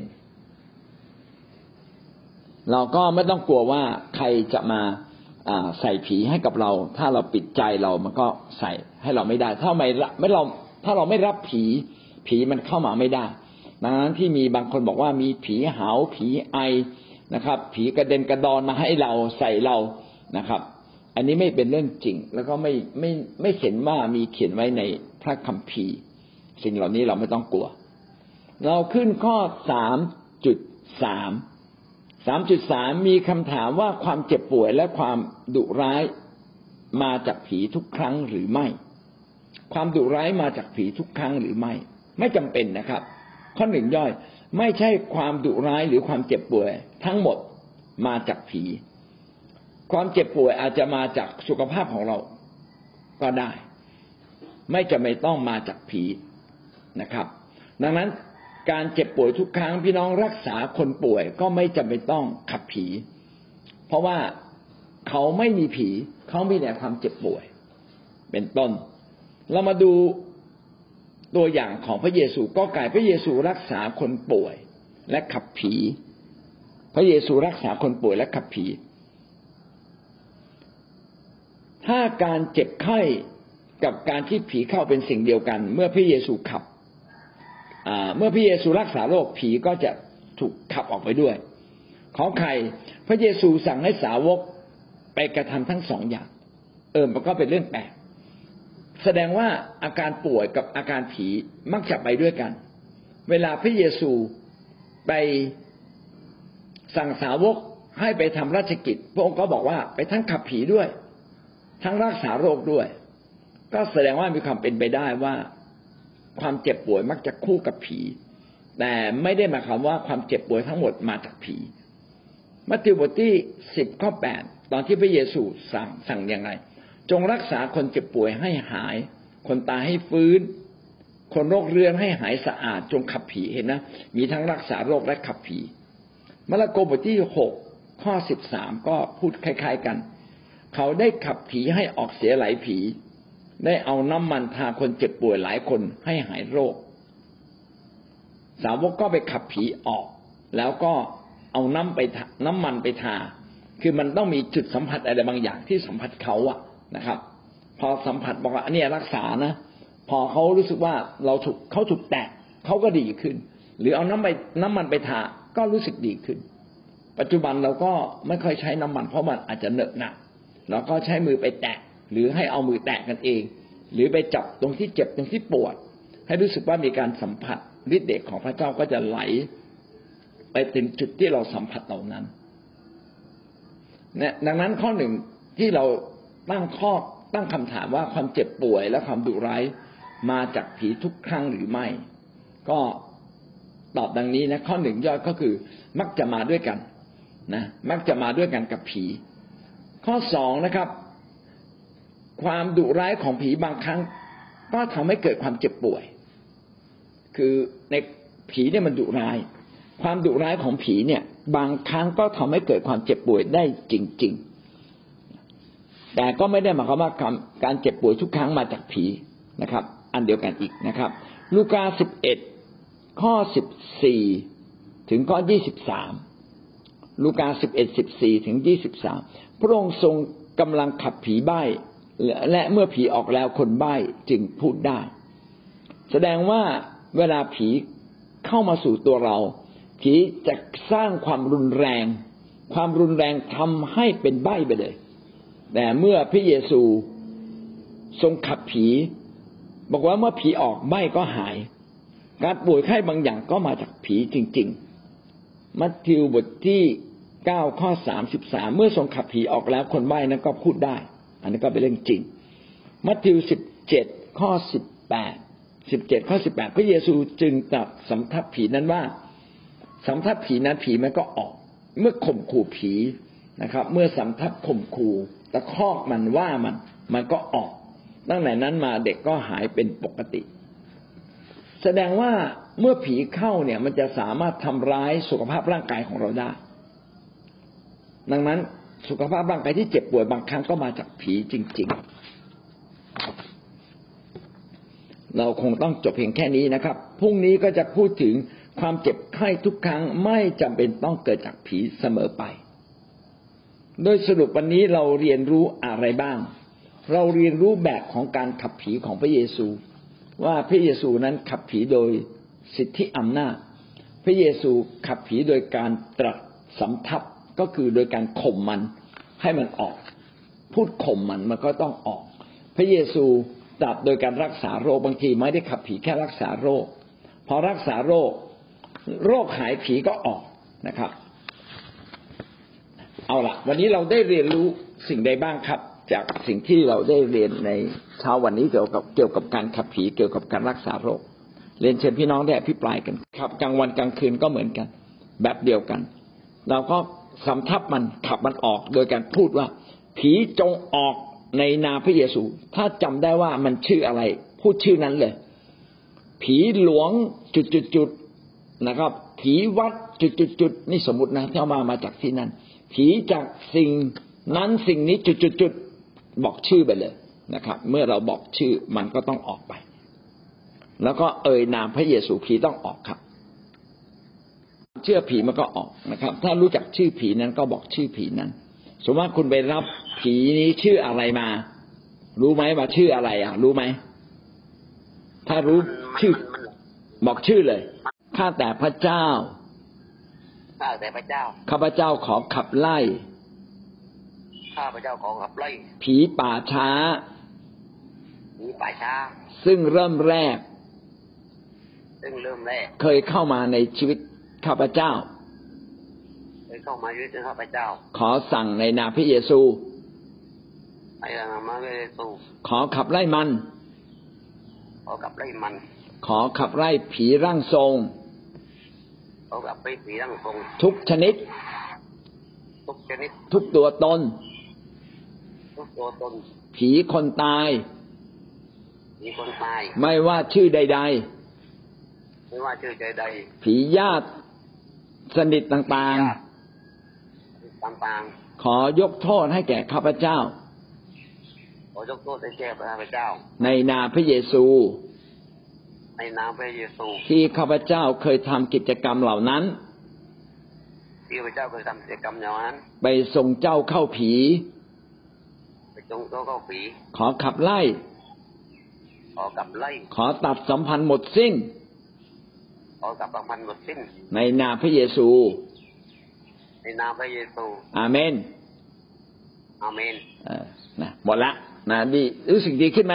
เราก็ไม่ต้องกลัวว่าใครจะมาใส่ผีให้กับเราถ้าเราปิดใจเรามันก็ใส่ให้เราไม่ได้ถ้าไม่ไม่เราถ้าเราไม่รับผีผีมันเข้ามาไม่ได้ดังนั้นที่มีบางคนบอกว่ามีผีหาวผีไอนะครับผีกระเด็นกระดอนมาให้เราใส่เรานะครับอันนี้ไม่เป็นเรื่องจริงแล้วก็ไม่ไม่ไม่เห็นว่ามีเขียนไว้ในพระคัมภีร์สิ่งเหล่านี้เราไม่ต้องกลัวเราขึ้นข้อ สามจุดสาม สามจุดสาม มีคำถามว่าความเจ็บป่วยและความดุร้ายมาจากผีทุกครั้งหรือไม่ความดุร้ายมาจากผีทุกครั้งหรือไม่ไม่จำเป็นนะครับข้อหนึ่งย่อยไม่ใช่ความดุร้ายหรือความเจ็บป่วยทั้งหมดมาจากผีความเจ็บป่วยอาจจะมาจากสุขภาพของเราก็ได้ไม่จำเป็นต้องมาจากผีนะครับดังนั้นการเจ็บป่วยทุกครั้งพี่น้องรักษาคนป่วยก็ไม่จำเป็นต้องขับผีเพราะว่าเขาไม่มีผีเขามีแต่ความเจ็บป่วยเป็นต้นเรามาดูตัวอย่างของพระเยซูก็กลายพระเยซูรักษาคนป่วยและขับผีพระเยซูรักษาคนป่วยและขับผีถ้าการเจ็บไข้กับการที่ผีเข้าเป็นสิ่งเดียวกันเมื่อพระเยซูขับเมื่อพระเยซูรักษาโรคผีก็จะถูกขับออกไปด้วยของใครพระเยซูสั่งให้สาวกไปกระทำทั้งสองอย่างเออมันก็เป็นเรื่องแปลกแสดงว่าอาการป่วยกับอาการผีมักจะไปด้วยกันเวลาพระเยซูไปสั่งสาวกให้ไปทำราชกิจพระองค์ก็บอกว่าไปทั้งขับผีด้วยทั้งรักษาโรคด้วยก็แสดงว่ามีความเป็นไปได้ว่าความเจ็บป่วยมักจะคู่กับผีแต่ไม่ได้หมายความว่าความเจ็บป่วยทั้งหมดมาจากผีมัทธิวบทที่สิบข้อแปดตอนที่พระเยซูสั่งสั่งอย่างไรจงรักษาคนเจ็บป่วยให้หายคนตายให้ฟื้นคนโรคเรื้อนให้หายสะอาดจงขับผีเห็นนะมีทั้งรักษาโรคและขับผีมาระโกบทที่หกข้อสิบสามก็พูดคล้ายๆกันเขาได้ขับผีให้ออกเสียหลายผีได้เอาน้ำมันทาคนเจ็บป่วยหลายคนให้หายโรคสาวกก็ไปขับผีออกแล้วก็เอาน้ำไปน้ำมันไปทาคือมันต้องมีจุดสัมผัสอะไรบางอย่างที่สัมผัสเขาอะนะครับพอสัมผัสบอกว่าอันนี้รักษานะพอเขารู้สึกว่าเราถูกเขาถูกแตะเขาก็ดีขึ้นหรือเอาน้ำไปน้ำมันไปทาก็รู้สึกดีขึ้นปัจจุบันเราก็ไม่ค่อยใช้น้ำมันเพราะมันอาจจะเหนอะหนักเราก็ใช้มือไปแตะหรือให้เอามือแตะกันเองหรือไปจับตรงที่เจ็บตรงที่ปวดให้รู้สึกว่ามีการสัมผัสฤทธิ์เดชของพระเจ้าก็จะไหลไปถึงจุดที่เราสัมผัสเหล่านั้นเนี่ยดังนั้นข้อหนึ่งที่เราตั้งข้อตั้งคำถามว่าความเจ็บป่วยและความดุร้ายมาจากผีทุกครั้งหรือไม่ก็ตอบดังนี้นะข้อหนึ่งย่อยก็คือมักจะมาด้วยกันนะมักจะมาด้วยกันกับผีข้อสองนะครับความดุร้ายของผีบางครั้งก็ทำให้เกิดความเจ็บป่วยคือในผีเนี่ยมันดุร้ายความดุร้ายของผีเนี่ยบางครั้งก็ทำให้เกิดความเจ็บป่วยได้จริงๆแต่ก็ไม่ได้หมายความว่าการเจ็บป่วยทุกครั้งมาจากผีนะครับอันเดียวกันอีกนะครับลูกาสิบเอ็ดข้อสิบสี่ถึงข้อยี่สิบสามลูกาสิบเอ็ด สิบสี่ถึงยี่สิบสามพระองค์ทรงกำลังขับผีใบ้และเมื่อผีออกแล้วคนใบ้จึงพูดได้แสดงว่าเวลาผีเข้ามาสู่ตัวเราผีจะสร้างความรุนแรงความรุนแรงทำให้เป็นใบ้ไปเลยแต่เมื่อพระเยซูทรงขับผีบอกว่าเมื่อผีออกใบ้ก็หายการป่วยไข้บางอย่างก็มาจากผีจริงๆมัทธิวบทที่เก้าข้อสามสิบสามเมื่อทรงขับผีออกแล้วคนใบ้นั้นก็พูดได้อันนี้ก็เป็นเรื่องจริงมัทธิวสิบเจ็ดข้อสิบแปด สิบเจ็ดข้อสิบแปดพระเยซูจึงตรัสสำทับผีนั้นว่าสำทับผีนั้นผีมันก็ออกเมื่อข่มขู่ผีนะครับเมื่อสำทับข่มขู่ตะคอกมันว่ามันมันก็ออกตั้งแต่นั้นมาเด็กก็หายเป็นปกติแสดงว่าเมื่อผีเข้าเนี่ยมันจะสามารถทำร้ายสุขภาพร่างกายของเราได้ดังนั้นสุขภาพร่างกายที่เจ็บป่วยบางครั้งก็มาจากผีจริงๆเราคงต้องจบเพียงแค่นี้นะครับพรุ่งนี้ก็จะพูดถึงความเจ็บไข้ทุกครั้งไม่จำเป็นต้องเกิดจากผีเสมอไปโดยสรุปวันนี้เราเรียนรู้อะไรบ้างเราเรียนรู้แบบของการขับผีของพระเยซูว่าพระเยซูนั้นขับผีโดยสิทธิอำนาจพระเยซูขับผีโดยการตรัสสำทับก็คือโดยการข่มมันให้มันออกพูดข่มมันมันก็ต้องออกพระเยซูตรัสโดยการรักษาโรคบางทีไม่ได้ขับผีแค่รักษาโรคพอรักษาโรคโรคหายผีก็ออกนะครับเอาล่ะวันนี้เราได้เรียนรู้สิ่งใดบ้างครับจากสิ่งที่เราได้เรียนในเช้าวันนี้เกี่ยวกับเกี่ยวกับการขับผีเกี่ยวกับการรักษาโรคเรียนเชิญพี่น้องได้อภิปรายกันครับกลางวันกลางคืนก็เหมือนกันแบบเดียวกันเราก็สำทับมันขับมันออกโดยการพูดว่าผีจงออกในนามพระเยซูถ้าจำได้ว่ามันชื่ออะไรพูดชื่อนั้นเลยผีหลวงจุดๆๆนะครับผีวัดจุดๆๆนี่สมมุตินะที่เอามามาจากที่นั่นผีจากสิ่งนั้นสิ่งนี้จุดๆๆบอกชื่อไปเลยนะครับเมื่อเราบอกชื่อมันก็ต้องออกไปแล้วก็เอ่ยนามพระเยซูผีต้องออกครับเชื่อผีมันก็ออกนะครับถ้ารู้จักชื่อผีนั้นก็บอกชื่อผีนั้นสมมติว่าคุณไปรับผีนี้ชื่ออะไรมารู้ไหมว่าชื่ออะไรอ่ะรู้ไหมถ้ารู้ชื่อบอกชื่อเลยข้าแต่พระเจ้าข้าแต่พระเจ้าข้าพเจ้าขอขับไล่ข้าพเจ้าขอขับไล่ผีป่าช้าผีป่าช้าซึ่งเริ่มแรกซึ่งเริ่มแรกเคยเข้ามาในชีวิตข้าพเจ้าเคยเข้ามาในชีวิตข้าพเจ้าขอสั่งในนามพระเยซูในนามพระเยซูขอขับไล่มันขอขับไล่มันขอขับไล่ผีร่างทรงขอขับไล่ผีร่างทรงทุกชนิดทุกชนิดทุกตัวตนทุกตัวตนผีคนตายผีคนตายไม่ว่าชื่อใดๆไม่ว่าชื่อใดๆผีญาติสนิทต่างๆต่างๆขอยกโทษให้แก่ข้าพเจ้าขอยกโทษให้แก่ข้าพเจ้าในนามพระเยซูในนามพระเยซูที่ข้าพเจ้าเคยทำกิจกรรมเหล่านั้นที่ข้าพเจ้าเคยทำกิจกรรมเหล่านั้นไปส่งเจ้าเข้าผีไปส่งเจ้าเข้าผีขอขับไล่ขอขับไล่ขอตัดสัมพันธ์หมดสิ้นขอตัดสัมพันธ์หมดสิ้นในนามพระเยซูในนามพระเยซูอาเมนอาเมนเออนะหมดละนะดีรู้สึกดีขึ้นไหม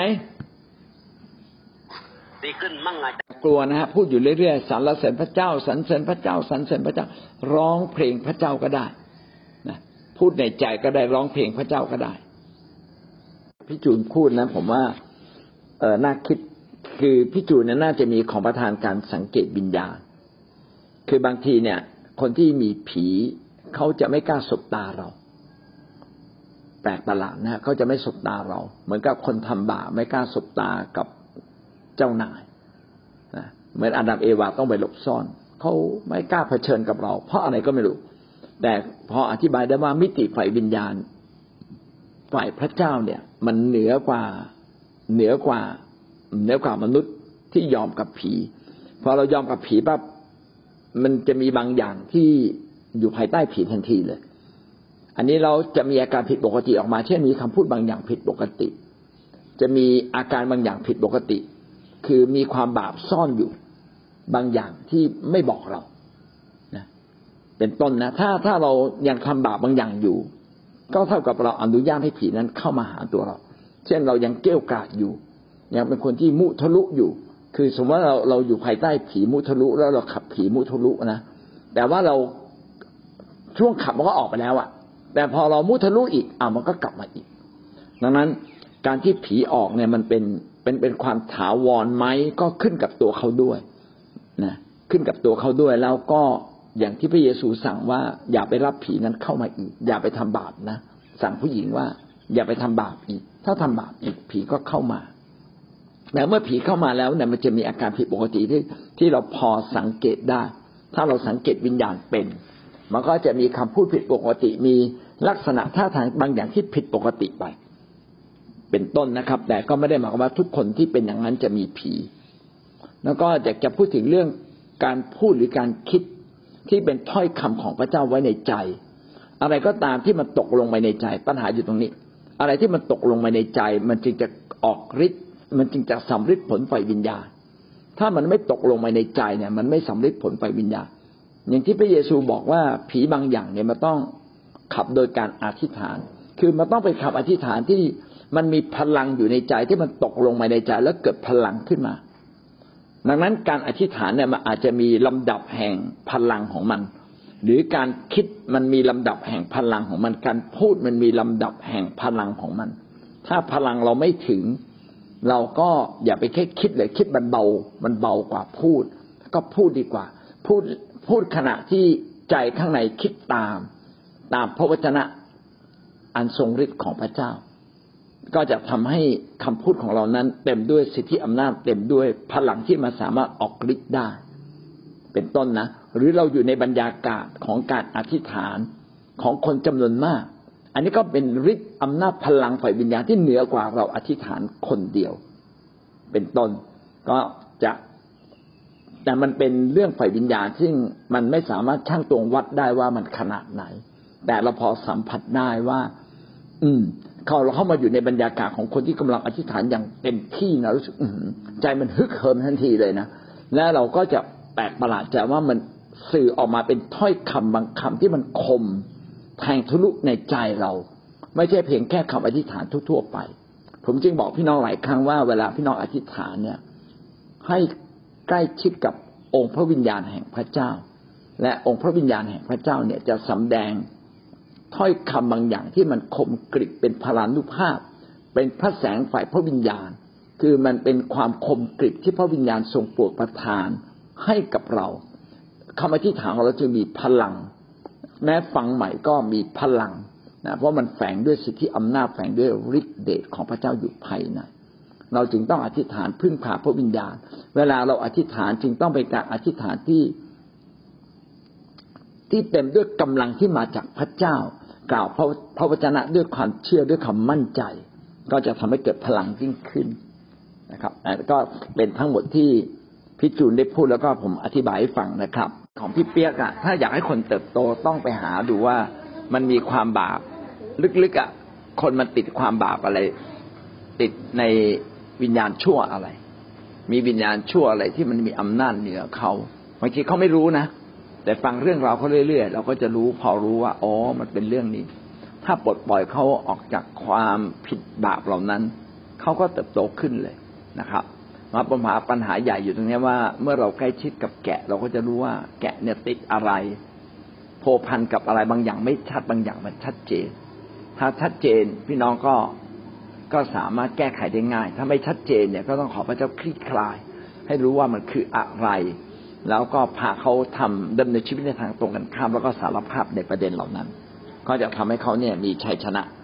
ดีขึ้นมั่งไงกลัวนะฮะพูดอยู่เรื่อยๆสรรเสริญพระเจ้าสรรเสริญพระเจ้าสรรเสริญพระเจ้าร้องเพลงพระเจ้าก็ได้นะพูดในใจก็ได้ร้องเพลงพระเจ้าก็ได้พี่จูนพูดนะผมว่าเออน่าคิดคือพี่จูนเนี่ยน่าจะมีของประทานการสังเกตวิญญาณคือบางทีเนี่ยคนที่มีผีเขาจะไม่กล้าสบตาเราแปลกประหลาดนะเขาจะไม่สบตาเราเหมือนกับคนทำบาปไม่กล้าสบตากับเจ้านายนะเหมือนอาดัมเอวาต้องไปหลบซ่อนเขาไม่กล้าเผชิญกับเราเพราะอะไรก็ไม่รู้แต่พออธิบายได้ว่ามิติฝ่ายวิญญาณฝ่ายพระเจ้าเนี่ยมันเหนือกว่าเหนือกว่าเหนือกว่ามนุษย์ที่ยอมกับผีพอเรายอมกับผีปั๊บมันจะมีบางอย่างที่อยู่ภายใต้ผีทันทีเลยอันนี้เราจะมีอาการผิดปกติออกมาเช่นมีคำพูดบางอย่างผิดปกติจะมีอาการบางอย่างผิดปกติคือมีความบาปซ่อนอยู่บางอย่างที่ไม่บอกเรานะเป็นต้นนะถ้าถ้าเรายังทำบาปบางอย่างอยู่ก็เท่ากับเราอนุญาตให้ผีนั้นเข้ามาหาตัวเราเช่นเรายังเกรี้ยวกราดอยู่ยังเป็นคนที่มุทะลุอยู่คือสมมติว่าเราเราอยู่ภายใต้ผีมุทะลุแล้วเราขับผีมุทะลุนะแต่ว่าเราช่วงขับมันก็ออกไปแล้วอะแต่พอเรามุทะลุอีกอ่ะมันก็กลับมาอีกดังนั้นการที่ผีออกเนี่ยมันเป็นเป็นเป็นความถาวรไหมก็ขึ้นกับตัวเขาด้วยนะขึ้นกับตัวเขาด้วยแล้วก็อย่างที่พระเยซูสั่งว่าอย่าไปรับผีนั้นเข้ามาอีกอย่าไปทำบาปนะสั่งผู้หญิงว่าอย่าไปทำบาปอีกถ้าทำบาปอีกผีก็เข้ามาแต่เมื่อผีเข้ามาแล้วเนี่ยมันจะมีอาการผิดปกติที่ที่เราพอสังเกตได้ถ้าเราสังเกตวิญญาณเป็นมันก็จะมีคำพูดผิดปกติมีลักษณะท่าทางบางอย่างที่ผิดปกติไปเป็นต้นนะครับแต่ก็ไม่ได้หมายความว่าทุกคนที่เป็นอย่างนั้นจะมีผีแล้วก็อยากจะพูดถึงเรื่องการพูดหรือการคิดที่เป็นถ้อยคำของพระเจ้าไว้ในใจอะไรก็ตามที่มันตกลงไปในใจปัญหาอยู่ตรงนี้อะไรที่มันตกลงไปในใจมันจึงจะออกฤทธิ์มันจึงจะสำฤทธิ์ผลฝ่ายวิญญาณถ้ามันไม่ตกลงไปในใจเนี่ยมันไม่สำฤทธิ์ผลฝ่ายวิญญาณอย่างที่พระเยซูบอกว่าผีบางอย่างเนี่ยมันต้องขับโดยการอธิษฐานคือมันต้องไปขับอธิษฐานที่มันมีพลังอยู่ในใจที่มันตกลงมาในใจแล้วเกิดพลังขึ้นมาดังนั้นการอธิษฐานเนี่ยมันอาจจะมีลำดับแห่งพลังของมันหรือการคิดมันมีลำดับแห่งพลังของมันการพูดมันมีลำดับแห่งพลังของมันถ้าพลังเราไม่ถึงเราก็อย่าไปแค่คิดเลยคิดมันเบามันเบากว่าพูดก็พูดดีกว่าพูดพูดขณะที่ใจข้างในคิดตามตามพระวจนะอันทรงฤทธิ์ของพระเจ้าก็จะทำให้คำพูดของเรานั้นเต็มด้วยสิทธิอำนาจเต็มด้วยพลังที่มันสามารถออกฤทธิ์ได้เป็นต้นนะหรือเราอยู่ในบรรยากาศของการอธิษฐานของคนจำนวนมากอันนี้ก็เป็นฤทธิ์อำนาจพลังฝ่ายวิญญาณที่เหนือกว่าเราอธิษฐานคนเดียวเป็นต้นก็จะแต่มันเป็นเรื่องฝ่ายวิญญาณซึ่งมันไม่สามารถชั่งตวงวัดได้ว่ามันขนาดไหนแต่เราพอสัมผัสได้ว่าอืมเขาเราเข้ามาอยู่ในบรรยากาศของคนที่กำลังอธิษฐานอย่างเต็มที่นะรู้สึกใจมันฮึกเหิมทันทีเลยนะและเราก็จะแปลกประหลาดใจว่ามันสื่อออกมาเป็นถ้อยคำบางคำที่มันคมแทงทะลุในใจเราไม่ใช่เพียงแค่คำอธิษฐานทั่วๆไปผมจึงบอกพี่น้องหลายครั้งว่าเวลาพี่น้องอธิษฐานเนี่ยให้ใกล้ชิดกับองค์พระวิญญาณแห่งพระเจ้าและองค์พระวิญญาณแห่งพระเจ้าเนี่ยจะสำแดงถ้อยคำบางอย่างที่มันคมกริบเป็นพลานุภาพเป็นพระแสงฝ่ายพระวิญญาณคือมันเป็นความคมกริบที่พระวิญญาณทรงโปรดประทานให้กับเราคำอธิษฐานของเราจะมีพลังแม้ฟังใหม่ก็มีพลังนะเพราะมันแฝงด้วยสิทธิอำนาจแฝงด้วยฤทธิเดชของพระเจ้าอยู่ภายในเราจึงต้องอธิษฐานพึ่งพาพระวิญญาณเวลาเราอธิษฐานจึงต้องเป็นการอธิษฐานที่ที่เต็มด้วยกำลังที่มาจากพระเจ้ากล่าวพระพระวจนะด้วยความเชื่อด้วยความมั่นใจก็จะทำให้เกิดพลังยิ่งขึ้นนะครับก็เป็นทั้งหมดที่พี่จูนได้พูดแล้วก็ผมอธิบายให้ฟังนะครับของพี่เปียกอ่ะถ้าอยากให้คนเติบโตต้องไปหาดูว่ามันมีความบาปลึกๆอ่ะคนมันติดความบาปอะไรติดในวิญญาณชั่วอะไรมีวิญญาณชั่วอะไรที่มันมีอำนาจเหนือเขาบางทีเขาไม่รู้นะแต่ฟังเรื่องราวเขาเรื่อยๆเราก็จะรู้พอรู้ว่าอ๋อมันเป็นเรื่องนี้ถ้าปลดปล่อยเขาออกจากความผิดบาปเหล่านั้นเขาก็เติบโตขึ้นเลยนะครับมาปัญหาปัญหาใหญ่อยู่ตรงนี้ว่าเมื่อเราใกล้ชิดกับแกะเราก็จะรู้ว่าแกะเนี่ยติดอะไรโพพันกับอะไรบางอย่างไม่ชัดบางอย่างมันชัดเจนถ้าชัดเจนพี่น้องก็ก็สามารถแก้ไขได้ง่ายถ้าไม่ชัดเจนเนี่ยก็ต้องขอพระเจ้าคลี่คลายให้รู้ว่ามันคืออะไรแล้วก็พาเขาทำดำเนินชีวิตในทางตรงกันข้ามแล้วก็สารภาพในประเด็นเหล่านั้นก็จะทำให้เขาเนี่ยมีชัยชนะ